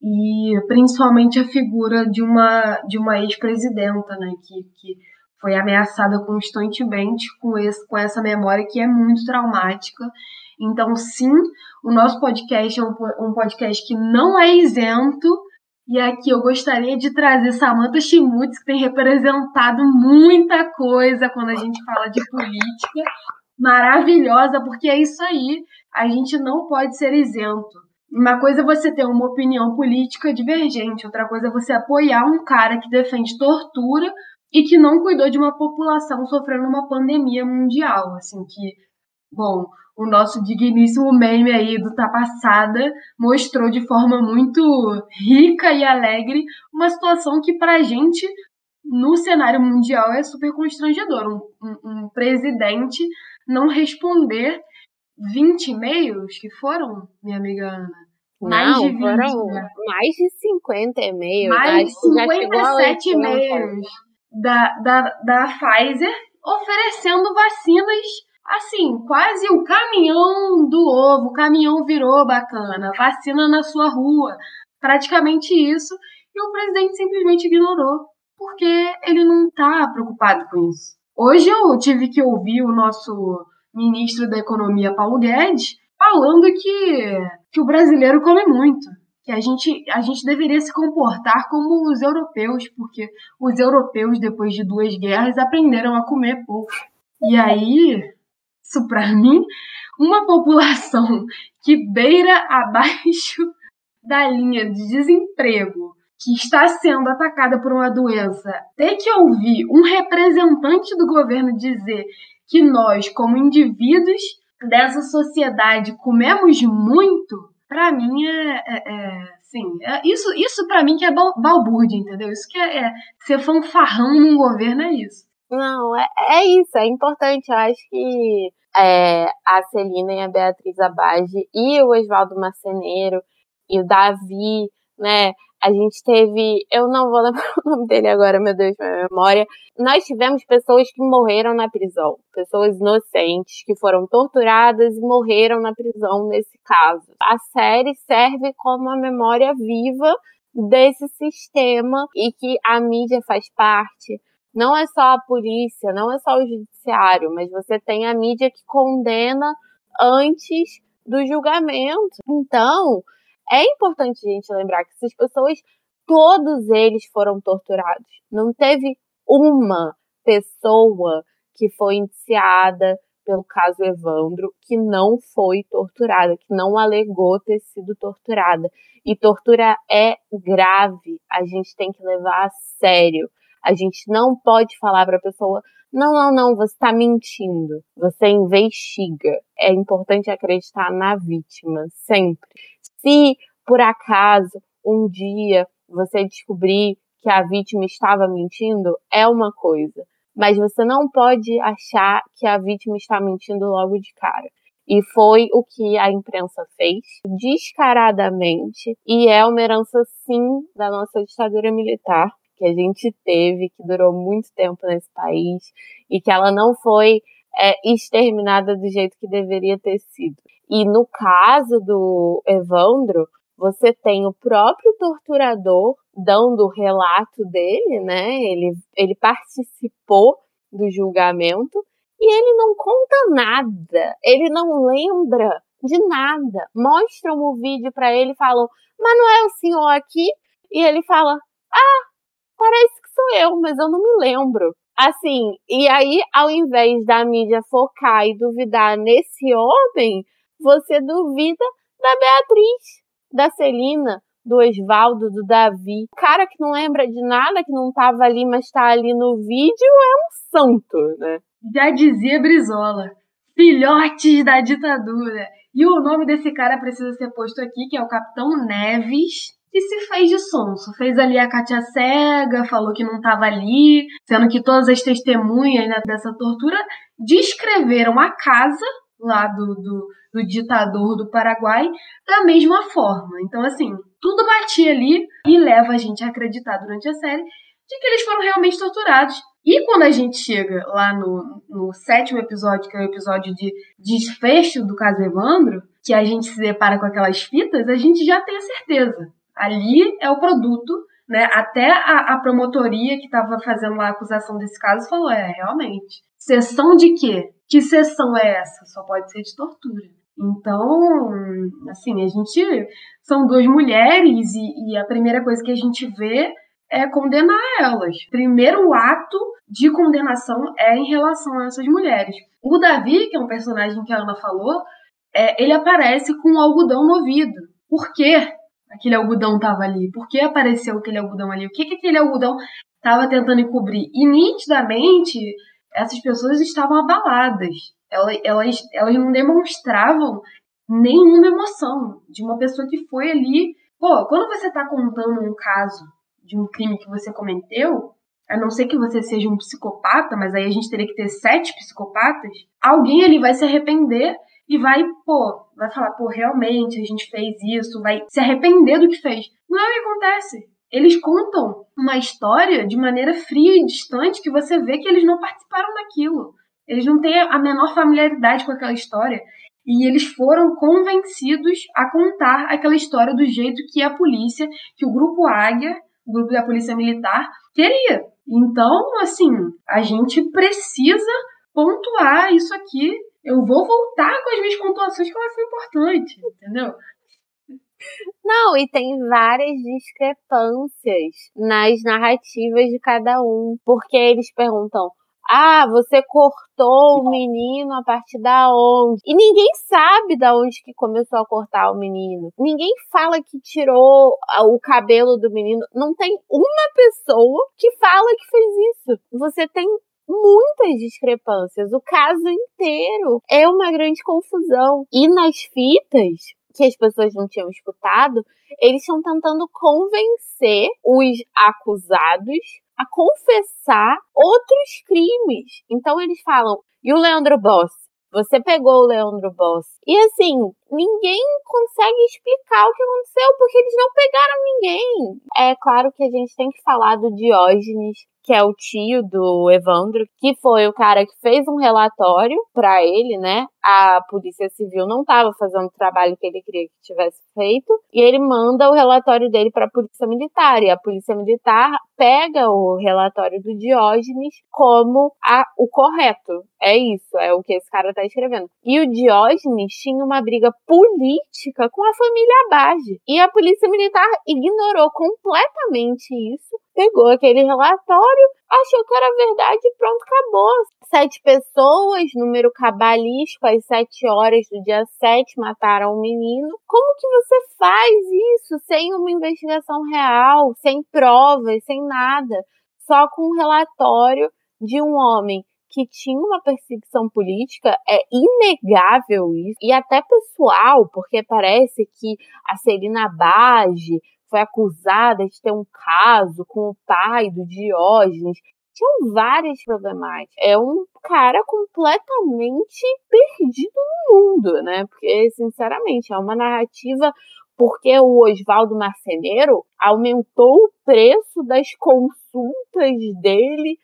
e principalmente a figura de uma ex-presidenta, né, que foi ameaçada constantemente com essa memória que é muito traumática. Então, sim, o nosso podcast é um podcast que não é isento. E aqui eu gostaria de trazer Samantha Schmutz, que tem representado muita coisa quando a gente fala de política. Maravilhosa, porque é isso aí. A gente não pode ser isento. Uma coisa é você ter uma opinião política divergente, outra coisa é você apoiar um cara que defende tortura e que não cuidou de uma população sofrendo uma pandemia mundial. Assim, que, bom, o nosso digníssimo meme aí do Tá Passada mostrou de forma muito rica e alegre uma situação que pra gente, no cenário mundial, é super constrangedor. Um presidente não responder 20 e-mails que foram, minha amiga Ana? Mais de 20, foram mais de 50 e-mails. Mais de 57 e-mails da Pfizer oferecendo vacinas. Assim, quase o caminhão do ovo, o caminhão virou bacana, vacina na sua rua, praticamente isso, e o presidente simplesmente ignorou, porque ele não está preocupado com isso. Hoje eu tive que ouvir o nosso ministro da Economia, Paulo Guedes, falando que o brasileiro come muito, que a gente deveria se comportar como os europeus, porque os europeus, depois de 2 guerras, aprenderam a comer pouco. E aí, isso para mim, uma população que beira abaixo da linha de desemprego, que está sendo atacada por uma doença, ter que ouvir um representante do governo dizer que nós, como indivíduos dessa sociedade, comemos muito, pra mim isso pra mim que é balbúrdia, entendeu? Isso que é ser fanfarrão num governo, é isso. Não, é isso, é importante. Eu acho que a Celina e a Beatriz Abage e o Oswaldo Marceneiro e o Davi, né? A gente teve, eu não vou lembrar o nome dele agora, meu Deus, minha memória. Nós tivemos pessoas que morreram na prisão, pessoas inocentes que foram torturadas e morreram na prisão nesse caso. A série serve como a memória viva desse sistema e que a mídia faz parte. Não é só a polícia, não é só o judiciário, mas você tem a mídia que condena antes do julgamento. Então, é importante a gente lembrar que essas pessoas, todos eles foram torturados. Não teve uma pessoa que foi indiciada pelo caso Evandro que não foi torturada, que não alegou ter sido torturada. E tortura é grave, a gente tem que levar a sério. A gente não pode falar para a pessoa, não, você está mentindo. Você investiga. É importante acreditar na vítima, sempre. Se, por acaso, um dia você descobrir que a vítima estava mentindo, é uma coisa. Mas você não pode achar que a vítima está mentindo logo de cara. E foi o que a imprensa fez, descaradamente, e é uma herança, sim, da nossa ditadura militar, que a gente teve, que durou muito tempo nesse país, e que ela não foi exterminada do jeito que deveria ter sido. E no caso do Evandro, você tem o próprio torturador dando o relato dele, né? Ele participou do julgamento e ele não conta nada, ele não lembra de nada. Mostram o vídeo para ele e falam, mas não é o senhor aqui? E ele fala, parece que sou eu, mas eu não me lembro. Assim, e aí, ao invés da mídia focar e duvidar nesse homem, você duvida da Beatriz, da Celina, do Oswaldo, do Davi. O cara que não lembra de nada, que não estava ali, mas está ali no vídeo, é um santo, né? Já dizia Brizola, filhotes da ditadura. E o nome desse cara precisa ser posto aqui, que é o Capitão Neves, que se fez de sonso. Fez ali a Cátia cega, falou que não estava ali, sendo que todas as testemunhas, né, dessa tortura descreveram a casa lá do ditador do Paraguai da mesma forma. Então, assim, tudo batia ali e leva a gente a acreditar durante a série de que eles foram realmente torturados. E quando a gente chega lá no 7º episódio, que é o episódio de desfecho do caso Evandro, que a gente se depara com aquelas fitas, a gente já tem a certeza. Ali é o produto, né? Até a promotoria que estava fazendo lá a acusação desse caso falou, realmente. Sessão de quê? Que sessão é essa? Só pode ser de tortura. Então, assim, são duas mulheres e a primeira coisa que a gente vê é condenar elas. Primeiro ato de condenação é em relação a essas mulheres. O Davi, que é um personagem que a Ana falou, ele aparece com um algodão no ouvido. Por quê? Aquele algodão estava ali? Por que apareceu aquele algodão ali? O que aquele algodão estava tentando encobrir? E nitidamente, essas pessoas estavam abaladas. Elas não demonstravam nenhuma emoção de uma pessoa que foi ali. Pô, quando você está contando um caso de um crime que você cometeu, a não ser que você seja um psicopata, mas aí a gente teria que ter 7 psicopatas, alguém ali vai se arrepender e vai falar, realmente a gente fez isso, vai se arrepender do que fez. Não é o que acontece. Eles contam uma história de maneira fria e distante que você vê que eles não participaram daquilo. Eles não têm a menor familiaridade com aquela história. E eles foram convencidos a contar aquela história do jeito que a polícia, que o Grupo Águia, o grupo da Polícia Militar, queria. Então, assim, a gente precisa pontuar isso aqui. Eu vou voltar com as minhas pontuações que elas são importantes, entendeu? Não, e tem várias discrepâncias nas narrativas de cada um. Porque eles perguntam, você cortou o menino a partir da onde? E ninguém sabe da onde que começou a cortar o menino. Ninguém fala que tirou o cabelo do menino. Não tem uma pessoa que fala que fez isso. Você tem muitas discrepâncias. O caso inteiro é uma grande confusão. E nas fitas, que as pessoas não tinham escutado, eles estão tentando convencer os acusados a confessar outros crimes. Então eles falam, e o Leandro Bossi? Você pegou o Leandro Bossi. E assim, ninguém consegue explicar o que aconteceu, porque eles não pegaram ninguém. É claro que a gente tem que falar do Diógenes, que é o tio do Evandro, que foi o cara que fez um relatório pra ele, né? A Polícia Civil não estava fazendo o trabalho que ele queria que tivesse feito, e ele manda o relatório dele pra Polícia Militar, e a Polícia Militar pega o relatório do Diógenes como o correto. É isso, é o que esse cara tá escrevendo. E o Diógenes tinha uma briga política com a família Abage, e a Polícia Militar ignorou completamente isso, pegou aquele relatório, achou que era verdade e pronto, acabou. 7 pessoas, número cabalístico, às 7 horas do dia 7, mataram um menino. Como que você faz isso sem uma investigação real, sem provas, sem nada? Só com um relatório de um homem que tinha uma perseguição política, é inegável isso, e até pessoal, porque parece que a Celina Abage foi acusada de ter um caso com o pai do Diógenes. Tinham várias problemáticas. É um cara completamente perdido no mundo, né? Porque, sinceramente, é uma narrativa... Porque o Oswaldo Marceneiro aumentou o preço das consultas dele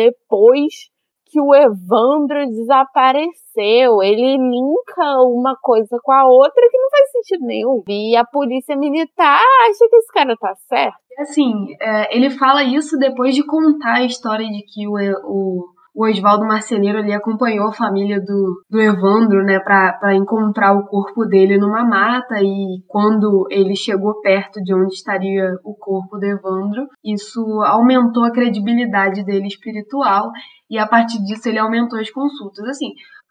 depois que o Evandro desapareceu. Ele linka uma coisa com a outra que não faz sentido nenhum. E a Polícia Militar acha que esse cara tá certo. Assim, ele fala isso depois de contar a história de que o Oswaldo Marceneiro ali acompanhou a família do Evandro, né, pra encontrar o corpo dele numa mata, e quando ele chegou perto de onde estaria o corpo do Evandro, isso aumentou a credibilidade dele espiritual, e a partir disso ele aumentou as consultas. Assim,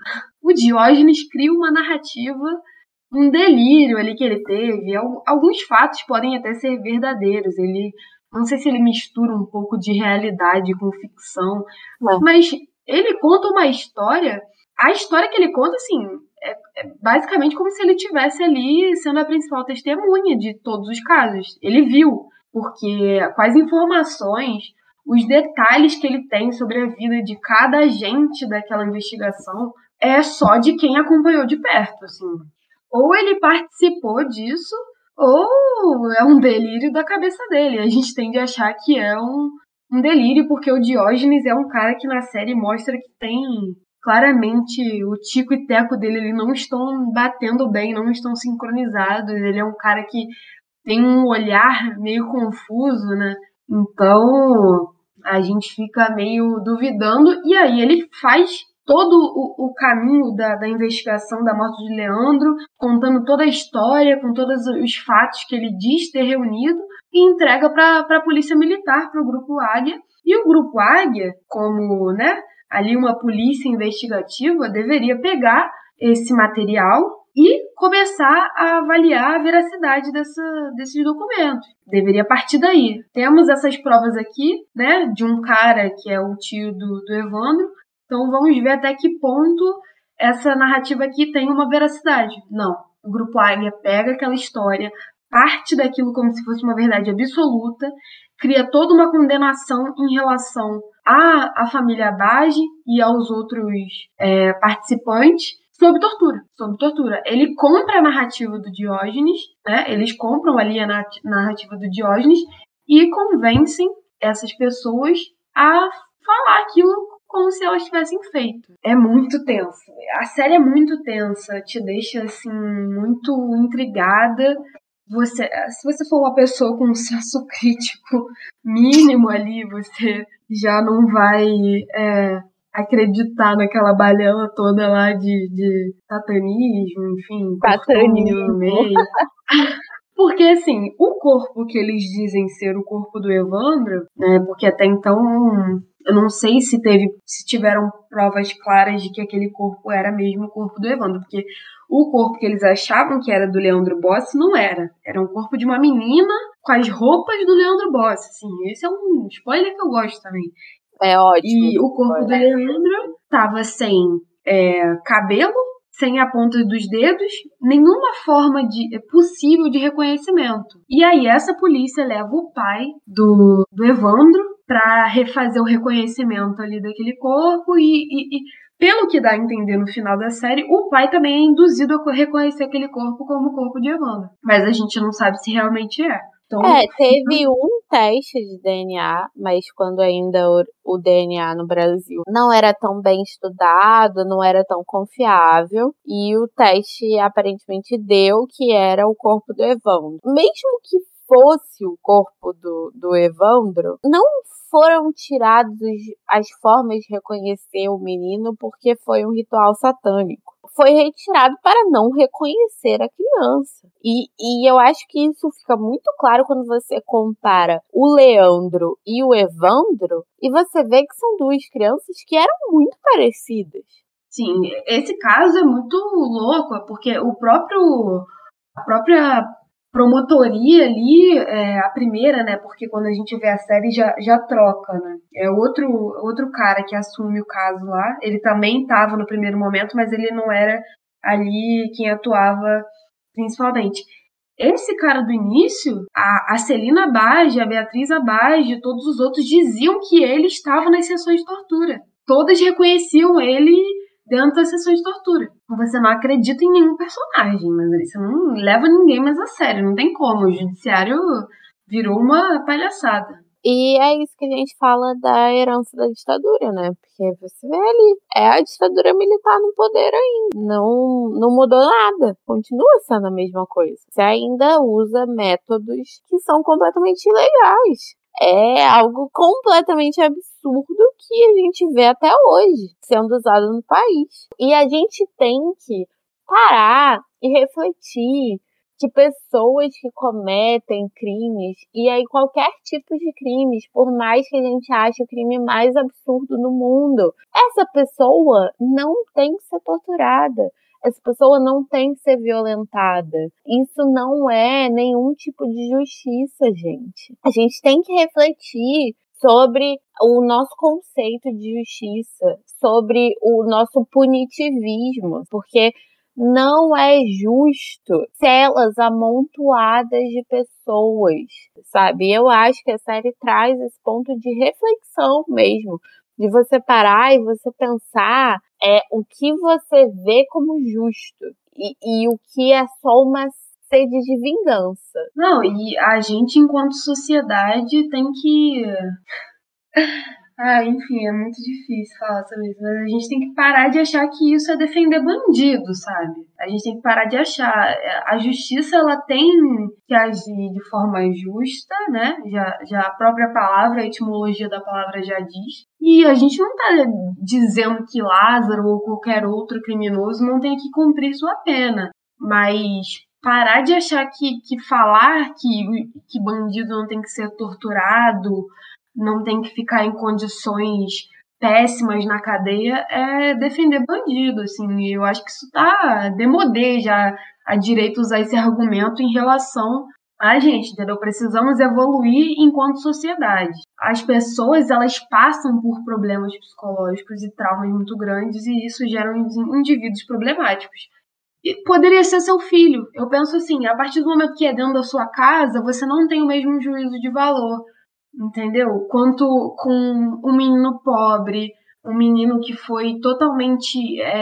o Diógenes cria uma narrativa, um delírio ali que ele teve. Alguns fatos podem até ser verdadeiros. Ele, não sei se ele mistura um pouco de realidade com ficção, mas ele conta uma história. A história que ele conta, assim, é basicamente como se ele estivesse ali sendo a principal testemunha de todos os casos. Ele viu, porque com as informações, os detalhes que ele tem sobre a vida de cada agente daquela investigação é só de quem acompanhou de perto, assim. Ou ele participou disso, ou é um delírio da cabeça dele. A gente tende a achar que é um delírio, porque o Diógenes é um cara que na série mostra que tem claramente o tico e teco dele, eles não estão batendo bem, não estão sincronizados. Ele é um cara que tem um olhar meio confuso, né? Então a gente fica meio duvidando, e aí ele faz todo o caminho da investigação da morte de Leandro, contando toda a história, com todos os fatos que ele diz ter reunido, e entrega para a Polícia Militar, para o Grupo Águia. E o Grupo Águia, como, né, ali uma polícia investigativa, deveria pegar esse material e começar a avaliar a veracidade desses documentos. Deveria partir daí. Temos essas provas aqui, né, de um cara que é o tio do Evandro. Então vamos ver até que ponto essa narrativa aqui tem uma veracidade. Não. O Grupo Águia pega aquela história, parte daquilo como se fosse uma verdade absoluta, cria toda uma condenação em relação à família Abage e aos outros participantes sob tortura. Ele compra a narrativa do Diógenes, né? Eles compram ali a narrativa do Diógenes e convencem essas pessoas a falar aquilo como se elas tivessem feito. É muito tenso. A série é muito tensa, te deixa assim muito intrigada. Se você for uma pessoa com um senso crítico mínimo ali, você já não vai acreditar naquela balela toda lá de satanismo, enfim, satanismo no meio. Porque, assim, o corpo que eles dizem ser o corpo do Evandro, né, porque até então eu não sei se tiveram provas claras de que aquele corpo era mesmo o corpo do Evandro, porque o corpo que eles achavam que era do Leandro Bossi não era. Era um corpo de uma menina com as roupas do Leandro Bossi. Assim, esse é um spoiler que eu gosto também. É ótimo. E o corpo do Leandro tava sem cabelo, sem a ponta dos dedos, nenhuma forma possível de reconhecimento. E aí essa polícia leva o pai do Evandro para refazer o reconhecimento ali daquele corpo e pelo que dá a entender no final da série, o pai também é induzido a reconhecer aquele corpo como o corpo de Evandro. Mas a gente não sabe se realmente é. Então, teve um teste de DNA, mas quando ainda o DNA no Brasil não era tão bem estudado, não era tão confiável, e o teste aparentemente deu que era o corpo do Evandro. Mesmo que fosse o corpo do Evandro, não foram tiradas as formas de reconhecer o menino porque foi um ritual satânico. Foi retirado para não reconhecer a criança. E eu acho que isso fica muito claro quando você compara o Leandro e o Evandro, e você vê que são duas crianças que eram muito parecidas. Sim, esse caso é muito louco, porque a própria promotoria ali, a primeira, né? Porque quando a gente vê a série já troca, né? É outro cara que assume o caso lá. Ele também estava no primeiro momento, mas ele não era ali quem atuava principalmente. Esse cara do início, a Celina Abage, a Beatriz Abage, todos os outros diziam que ele estava nas sessões de tortura. Todas reconheciam ele dentro das sessões de tortura. Você não acredita em nenhum personagem, mas você não leva ninguém mais a sério, não tem como. O judiciário virou uma palhaçada. E é isso que a gente fala da herança da ditadura, né? Porque você vê ali, é a ditadura militar no poder ainda. Não mudou nada. Continua sendo a mesma coisa. Você ainda usa métodos que são completamente ilegais. É algo completamente absurdo que a gente vê até hoje sendo usado no país. E a gente tem que parar e refletir que pessoas que cometem crimes, e aí qualquer tipo de crimes, por mais que a gente ache o crime mais absurdo no mundo, essa pessoa não tem que ser torturada. Essa pessoa não tem que ser violentada. Isso não é nenhum tipo de justiça, gente. A gente tem que refletir sobre o nosso conceito de justiça, sobre o nosso punitivismo, porque não é justo celas amontoadas de pessoas, sabe? Eu acho que a série traz esse ponto de reflexão mesmo, de você parar e você pensar o que você vê como justo e o que é só uma sede de vingança. Não, e a gente, enquanto sociedade, tem que... enfim, é muito difícil falar sobre isso, mas a gente tem que parar de achar que isso é defender bandido, sabe? A gente tem que parar de achar. A justiça, ela tem que agir de forma justa, né? Já a própria palavra, a etimologia da palavra já diz. E a gente não tá dizendo que Lázaro ou qualquer outro criminoso não tem que cumprir sua pena, mas parar de achar que falar que bandido não tem que ser torturado, não tem que ficar em condições péssimas na cadeia, é defender bandido, assim. E eu acho que isso tá demodê já, a direita usar esse argumento em relação a gente, entendeu? Precisamos evoluir enquanto sociedade. As pessoas, elas passam por problemas psicológicos e traumas muito grandes e isso gera indivíduos problemáticos. E poderia ser seu filho. Eu penso assim, a partir do momento que é dentro da sua casa, você não tem o mesmo juízo de valor, entendeu? Quanto com um menino pobre, um menino que foi totalmente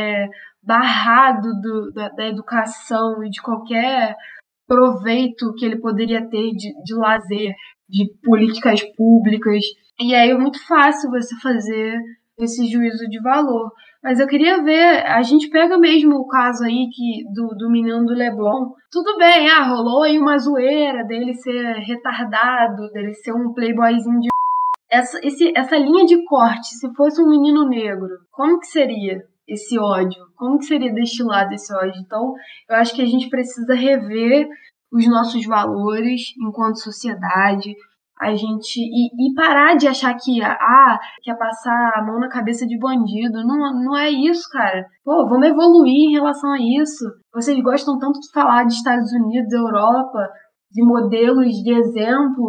barrado da educação e de qualquer proveito que ele poderia ter de lazer, de políticas públicas. E aí é muito fácil você fazer esse juízo de valor. Mas eu queria ver, a gente pega mesmo o caso aí do menino do Leblon. Tudo bem, rolou aí uma zoeira dele ser retardado, dele ser um playboyzinho de... Essa linha de corte, se fosse um menino negro, como que seria esse ódio? Como que seria destilado esse ódio? Então, eu acho que a gente precisa rever os nossos valores enquanto sociedade, a gente e parar de achar que quer passar a mão na cabeça de bandido. Não é isso, cara. Pô, vamos evoluir em relação a isso. Vocês gostam tanto de falar de Estados Unidos, Europa, de modelos de exemplo.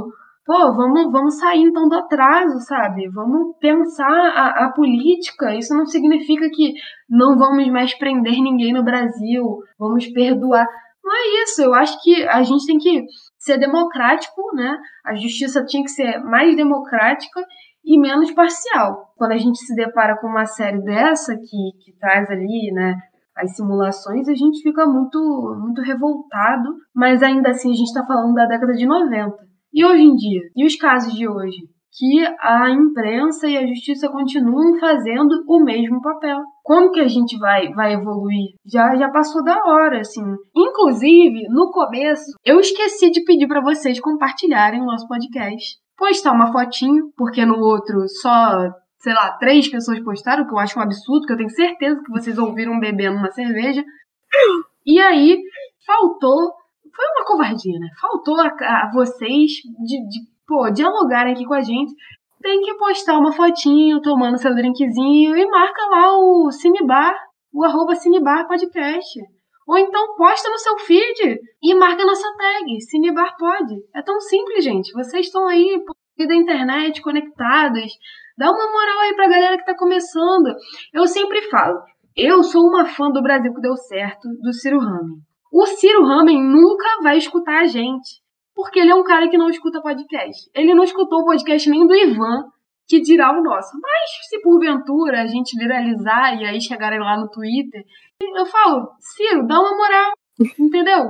Pô, vamos sair então do atraso, sabe? Vamos pensar a política. Isso não significa que não vamos mais prender ninguém no Brasil, vamos perdoar. Não é isso. Eu acho que a gente tem que ser democrático, né? A justiça tinha que ser mais democrática e menos parcial. Quando a gente se depara com uma série dessa que traz ali, né, as simulações, a gente fica muito, muito revoltado, mas ainda assim a gente está falando da década de 90. E hoje em dia? E os casos de hoje? Que a imprensa e a justiça continuam fazendo o mesmo papel. Como que a gente vai evoluir? Já passou da hora, assim. Inclusive, no começo, eu esqueci de pedir para vocês compartilharem o nosso podcast. Postar uma fotinho, porque no outro só, sei lá, 3 pessoas postaram, que eu acho um absurdo, que eu tenho certeza que vocês ouviram bebendo uma cerveja. E aí, faltou... Foi uma covardia, né? Faltou a vocês de dialogarem aqui com a gente. Tem que postar uma fotinho, tomando seu drinkzinho e marca lá o Cinebar, o @Cinebar Podcast. Ou então posta no seu feed e marca nossa tag, Cinebar Pod. É tão simples, gente. Vocês estão aí por meio da internet, conectados. Dá uma moral aí pra galera que tá começando. Eu sempre falo, eu sou uma fã do Brasil que deu certo, do Ciro Ramen. O Ciro Ramen nunca vai escutar a gente, porque ele é um cara que não escuta podcast. Ele não escutou o podcast nem do Ivan, que dirá o nosso. Mas se porventura a gente viralizar e aí chegarem lá no Twitter, eu falo, Ciro, dá uma moral, entendeu?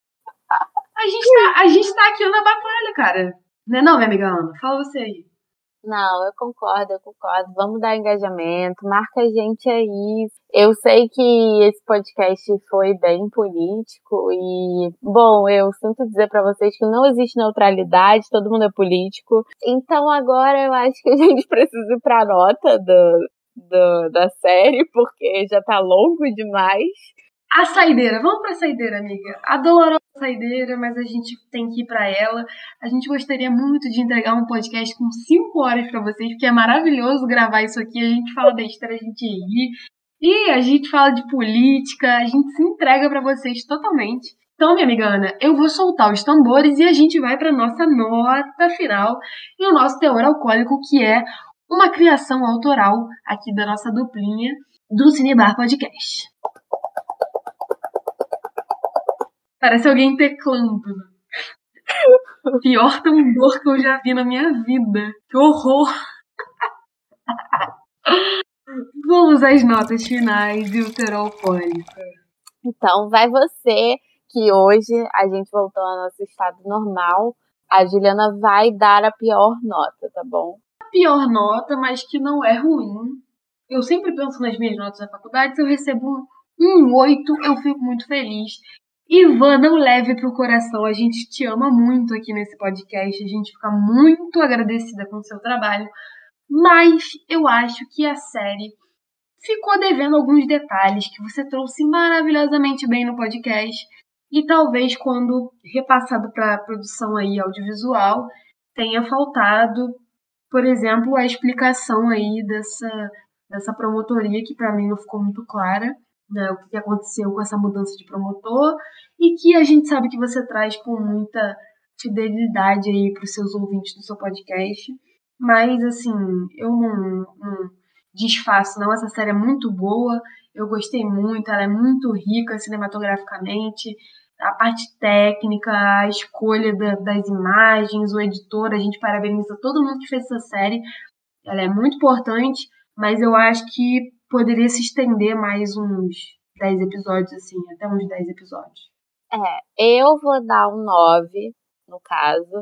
A gente tá aqui na batalha, cara. Não é não, minha amiga Ana? Fala você aí. Não, eu concordo. Vamos dar engajamento, marca a gente aí. Eu sei que esse podcast foi bem político e, bom, eu sinto dizer pra vocês que não existe neutralidade, todo mundo é político. Então agora eu acho que a gente precisa ir pra nota da série, porque já tá longo demais. A saideira, vamos pra saideira, amiga. A dolorosa saideira, mas a gente tem que ir pra ela. A gente gostaria muito de entregar um podcast com 5 horas pra vocês, porque é maravilhoso gravar isso aqui. A gente fala besteira, a gente ri. E a gente fala de política, a gente se entrega pra vocês totalmente. Então, minha amiga Ana, eu vou soltar os tambores e a gente vai pra nossa nota final e o nosso teor alcoólico, que é uma criação autoral aqui da nossa duplinha do Cinebar Podcast. Parece alguém teclando. Pior tambor que eu já vi na minha vida. Que horror! Vamos às notas finais e o teor alcoólico. Então, vai você, que hoje a gente voltou ao nosso estado normal. A Juliana vai dar a pior nota, tá bom? A pior nota, mas que não é ruim. Eu sempre penso nas minhas notas da faculdade. Se eu recebo um 8, eu fico muito feliz. Ivan, não leve pro coração, a gente te ama muito aqui nesse podcast, a gente fica muito agradecida com o seu trabalho, mas eu acho que a série ficou devendo alguns detalhes que você trouxe maravilhosamente bem no podcast e talvez quando repassado para a produção aí audiovisual tenha faltado, por exemplo, a explicação aí dessa promotoria que para mim não ficou muito clara. Né, o que aconteceu com essa mudança de promotor e que a gente sabe que você traz com muita fidelidade aí para os seus ouvintes do seu podcast. Mas, assim, eu não desfaço, não. Essa série é muito boa, eu gostei muito, ela é muito rica cinematograficamente, a parte técnica, a escolha das imagens, o editor, a gente parabeniza todo mundo que fez essa série. Ela é muito importante, mas eu acho que poderia se estender mais uns 10 episódios, assim, até uns 10 episódios. Eu vou dar um 9, no caso.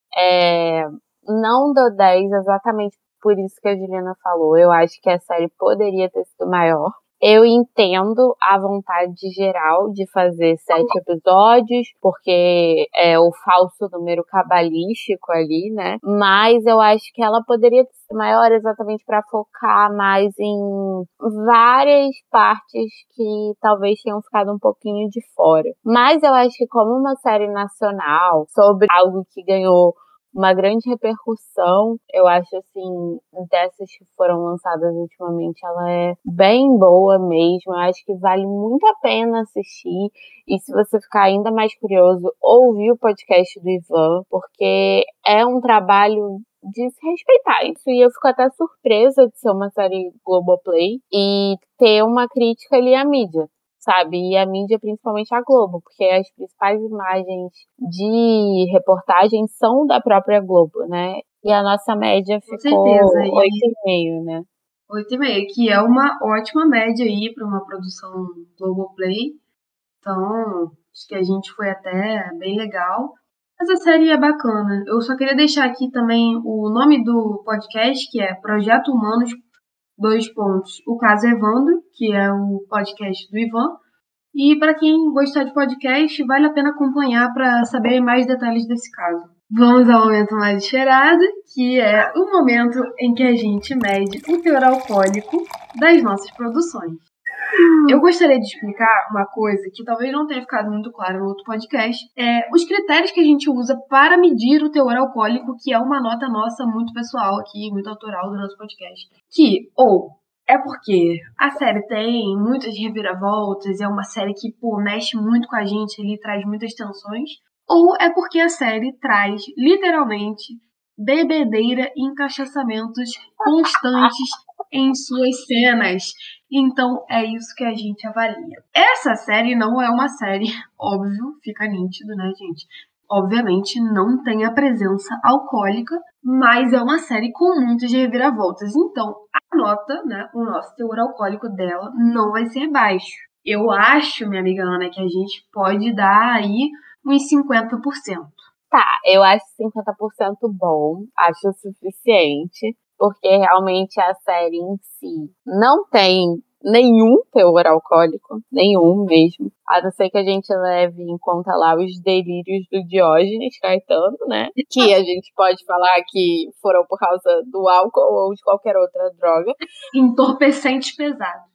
Não dou 10 exatamente por isso que a Juliana falou. Eu acho que a série poderia ter sido maior. Eu entendo a vontade geral de fazer 7 episódios, porque é o falso número cabalístico ali, né? Mas eu acho que ela poderia ser maior exatamente para focar mais em várias partes que talvez tenham ficado um pouquinho de fora. Mas eu acho que como uma série nacional, sobre algo que ganhou uma grande repercussão. Eu acho, assim, dessas que foram lançadas ultimamente, ela é bem boa mesmo. Eu acho que vale muito a pena assistir. E se você ficar ainda mais curioso, ouvir o podcast do Ivan, porque é um trabalho de se respeitar isso. E eu fico até surpresa de ser uma série Globoplay e ter uma crítica ali à mídia, sabe? E a mídia, principalmente a Globo, porque as principais imagens de reportagem são da própria Globo, né? E a nossa média Com ficou certeza. 8,5, né? 8,5, que é uma ótima média aí para uma produção Globoplay. Então, acho que a gente foi até bem legal. Mas a série é bacana. Eu só queria deixar aqui também o nome do podcast, que é Projeto Humanos, o caso Evandro, que é o podcast do Ivan. E para quem gostar de podcast, vale a pena acompanhar para saber mais detalhes desse caso. Vamos ao momento mais esperado, que é o momento em que a gente mede o teor alcoólico das nossas produções. Eu gostaria de explicar uma coisa que talvez não tenha ficado muito claro no outro podcast. Os critérios que a gente usa para medir o teor alcoólico, que é uma nota nossa muito pessoal aqui, muito autoral do nosso podcast. Que, ou é porque a série tem muitas reviravoltas, é uma série que, mexe muito com a gente, ele traz muitas tensões. Ou é porque a série traz, literalmente, bebedeira e encaixaçamentos constantes em suas cenas. Então, é isso que a gente avalia. Essa série não é uma série, óbvio, fica nítido, né, gente? Obviamente não tem a presença alcoólica, mas é uma série com muitas reviravoltas. Então, a nota, né, o nosso teor alcoólico dela não vai ser baixo. Eu acho, minha amiga Ana, que a gente pode dar aí uns 50%. Tá, eu acho 50% bom, acho o suficiente, porque realmente a série em si não tem nenhum teor alcoólico, nenhum mesmo, a não ser que a gente leve em conta lá os delírios do Diógenes Caetano, né, que a gente pode falar que foram por causa do álcool ou de qualquer outra droga. Entorpecente pesado.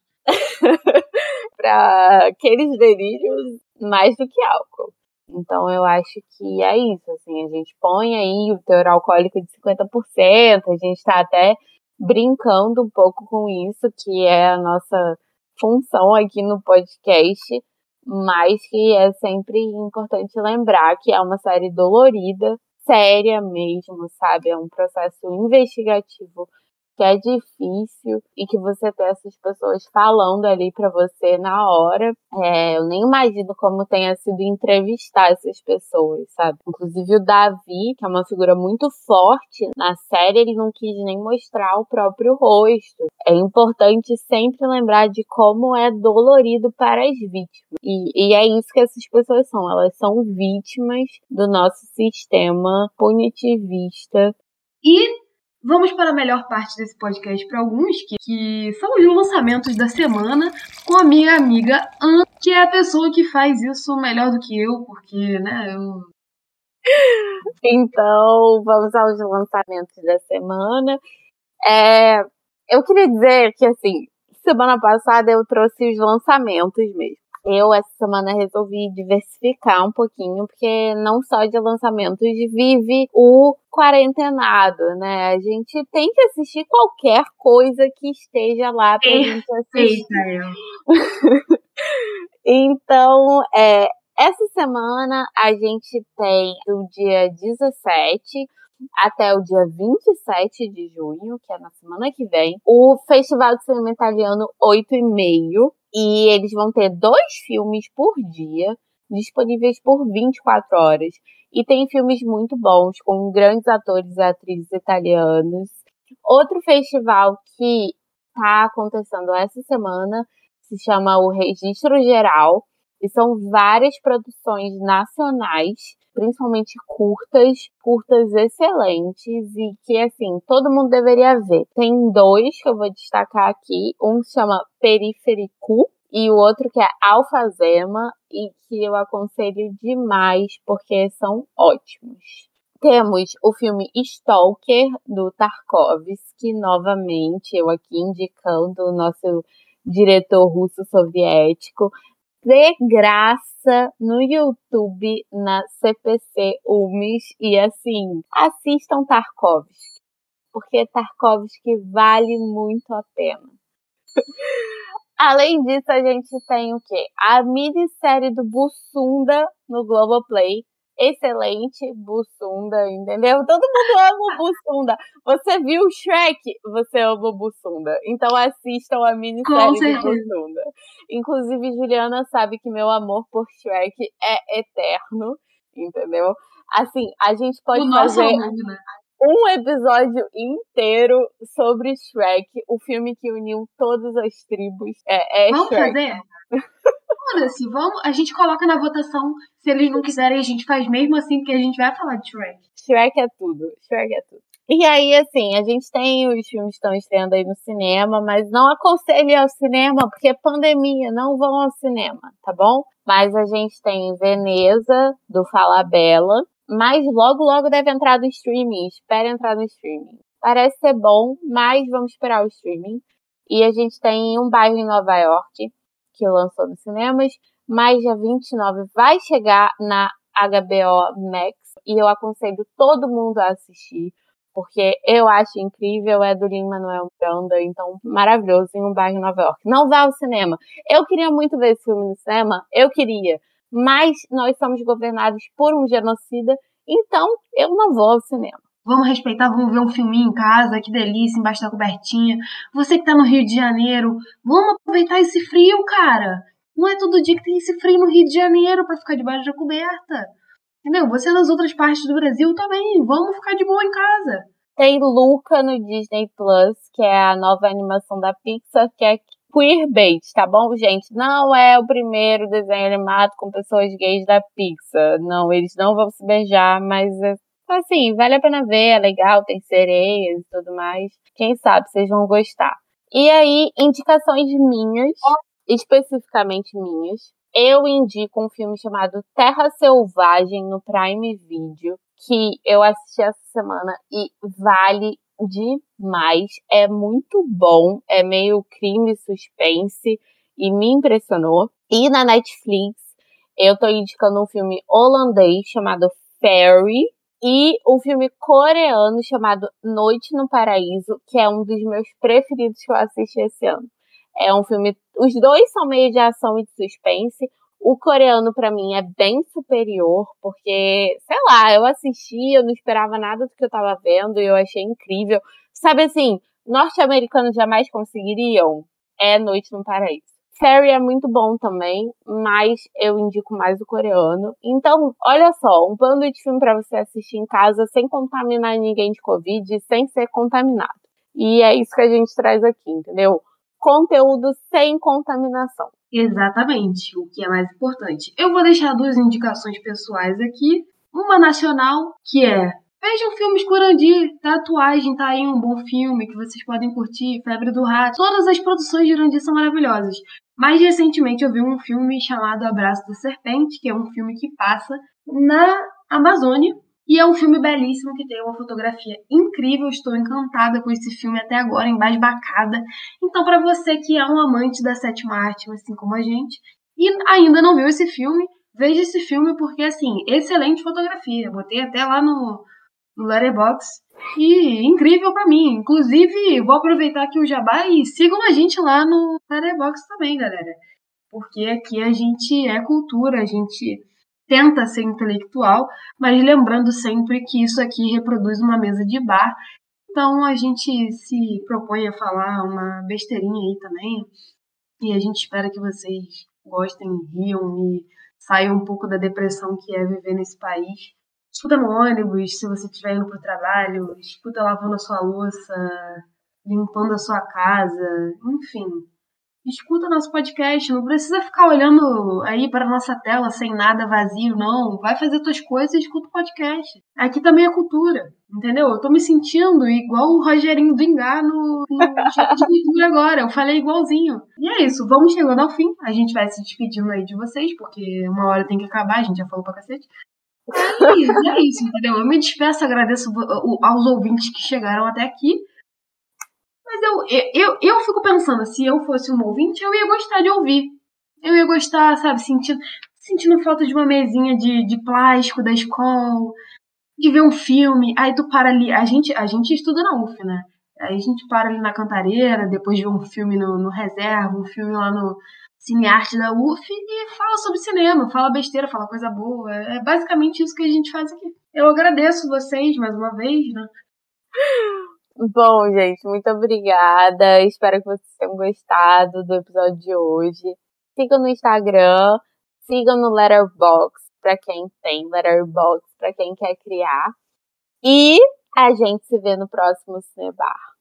Para aqueles delírios mais do que álcool. Então, eu acho que é isso, assim, a gente põe aí o teor alcoólico de 50%, a gente tá até brincando um pouco com isso, que é a nossa função aqui no podcast, mas que é sempre importante lembrar que é uma série dolorida, séria mesmo, sabe? É um processo investigativo que é difícil e que você tem essas pessoas falando ali pra você na hora. Eu nem imagino como tenha sido entrevistar essas pessoas, sabe? Inclusive o Davi, que é uma figura muito forte na série, ele não quis nem mostrar o próprio rosto. É importante sempre lembrar de como é dolorido para as vítimas. E é isso que essas pessoas são. Elas são vítimas do nosso sistema punitivista. E vamos para a melhor parte desse podcast para alguns, que são os lançamentos da semana, com a minha amiga Ana, que é a pessoa que faz isso melhor do que eu, porque, né, eu... Então, vamos aos lançamentos da semana. Eu queria dizer que, assim, semana passada eu trouxe os lançamentos mesmo. Eu, essa semana, resolvi diversificar um pouquinho, porque não só de lançamentos vive o quarentenado, né? A gente tem que assistir qualquer coisa que esteja lá pra gente assistir. Então, essa semana a gente tem do dia 17 até o dia 27 de junho, que é na semana que vem, o Festival de Cinema Italiano 8,5. E eles vão ter 2 filmes por dia, disponíveis por 24 horas. E tem filmes muito bons, com grandes atores e atrizes italianos. Outro festival que está acontecendo essa semana se chama o Registro Geral. E são várias produções nacionais, principalmente curtas excelentes e que, assim, todo mundo deveria ver. Tem 2 que eu vou destacar aqui. Um se chama Periférico e o outro que é Alfazema e que eu aconselho demais porque são ótimos. Temos o filme Stalker, do Tarkovsky, novamente, eu aqui indicando o nosso diretor russo-soviético. de graça no YouTube, na CPC UMES. E assim, assistam Tarkovsky, porque Tarkovsky vale muito a pena. Além disso, a gente tem o quê? A minissérie do Bussunda no Globoplay. Excelente, Bussunda, entendeu? Todo mundo ama o Bussunda. Você viu o Shrek? Você ama o Bussunda. Então assistam a minissérie do Bussunda. Inclusive, Juliana sabe que meu amor por Shrek é eterno, entendeu? Assim, a gente pode fazer um episódio inteiro sobre Shrek, o filme que uniu todas as tribos. Vamos Shrek. fazer? Foda-se, vamos, a gente coloca na votação. Se eles não quiserem, a gente faz mesmo assim, porque a gente vai falar de Shrek. Shrek é tudo. Shrek é tudo. E aí, assim, a gente tem os filmes que estão estreando aí no cinema, mas não aconselho ao cinema, porque é pandemia, não vão ao cinema, tá bom? Mas a gente tem Veneza, do Falabella, mas logo deve entrar no streaming. Espera entrar no streaming. Parece ser bom, mas vamos esperar o streaming. E a gente tem Um Bairro em Nova York, que lançou nos cinemas, mas dia 29 vai chegar na HBO Max. E eu aconselho todo mundo a assistir, porque eu acho incrível, é do Lin-Manuel Miranda, então maravilhoso, em Um Bairro em Nova York. Não vá ao cinema. Eu queria muito ver esse filme no cinema, mas nós somos governados por um genocida, então eu não vou ao cinema. Vamos respeitar, vamos ver um filminho em casa, que delícia, embaixo da cobertinha. Você que tá no Rio de Janeiro, vamos aproveitar esse frio, cara. Não é todo dia que tem esse frio no Rio de Janeiro pra ficar debaixo da coberta. Entendeu? Você nas outras partes do Brasil também, vamos ficar de boa em casa. Tem Luca no Disney Plus, que é a nova animação da Pixar, que é Queerbait, tá bom, gente? Não é o primeiro desenho animado com pessoas gays da Pixar. Não, eles não vão se beijar, mas assim, vale a pena ver, é legal, tem sereias e tudo mais. Quem sabe vocês vão gostar. E aí, indicações minhas, especificamente minhas. Eu indico um filme chamado Terra Selvagem no Prime Video, que eu assisti essa semana e vale demais. É muito bom, é meio crime suspense e me impressionou. E na Netflix, eu tô indicando um filme holandês chamado Fairy e um filme coreano chamado Noite no Paraíso, que é um dos meus preferidos que eu assisti esse ano. É um filme, os dois são meio de ação e de suspense. O coreano, pra mim, é bem superior, porque, sei lá, eu assisti, eu não esperava nada do que eu tava vendo e eu achei incrível. Sabe assim, norte-americanos jamais conseguiriam? É Noite no Paraíso. Fairy é muito bom também, mas eu indico mais o coreano. Então, olha só, um bando de filme pra você assistir em casa sem contaminar ninguém de Covid e sem ser contaminado. E é isso que a gente traz aqui, entendeu? Conteúdo sem contaminação. Exatamente, o que é mais importante. Eu vou deixar duas indicações pessoais aqui. Uma nacional, que é vejam filmes por Urandir, Tatuagem, tá aí um bom filme que vocês podem curtir, Febre do Rato. Todas as produções de Urandir são maravilhosas. Mais recentemente eu vi um filme chamado Abraço da Serpente, que é um filme que passa na Amazônia. E é um filme belíssimo, que tem uma fotografia incrível. Estou encantada com esse filme até agora, embasbacada. Então, para você que é um amante da sétima arte, assim como a gente, e ainda não viu esse filme, veja esse filme porque, assim, excelente fotografia. Botei até lá no Letterboxd. E incrível pra mim. Inclusive, vou aproveitar aqui o jabá e sigam a gente lá no Letterboxd também, galera. Porque aqui a gente é cultura, a gente tenta ser intelectual, mas lembrando sempre que isso aqui reproduz uma mesa de bar. Então a gente se propõe a falar uma besteirinha aí também. E a gente espera que vocês gostem, riam e saiam um pouco da depressão que é viver nesse país. Escuta no ônibus, se você estiver indo pro trabalho, escuta lavando a sua louça, limpando a sua casa, enfim. Escuta nosso podcast, não precisa ficar olhando aí para a nossa tela sem nada, vazio, não. Vai fazer tuas coisas e escuta o podcast. Aqui também é cultura, entendeu? Eu tô me sentindo igual o Rogerinho do Engá no Choque de Cultura agora. Eu falei igualzinho. E é isso, vamos chegando ao fim. A gente vai se despedindo aí de vocês, porque uma hora tem que acabar, a gente já falou pra cacete. É isso, entendeu? Eu me despeço, agradeço aos ouvintes que chegaram até aqui. Mas eu fico pensando, se eu fosse um ouvinte, eu ia gostar de ouvir. Eu ia gostar, sabe, sentindo falta de uma mesinha de plástico da escola, de ver um filme. Aí tu para ali, a gente estuda na UF, né? Aí a gente para ali na Cantareira, depois de ver um filme no Reserva, um filme lá no Cinearte da UF e fala sobre cinema, fala besteira, fala coisa boa. É basicamente isso que a gente faz aqui. Eu agradeço vocês mais uma vez, né? Bom, gente, muito obrigada. Espero que vocês tenham gostado do episódio de hoje. Sigam no Instagram, sigam no Letterboxd, pra quem tem Letterboxd, pra quem quer criar. E a gente se vê no próximo Cinebar.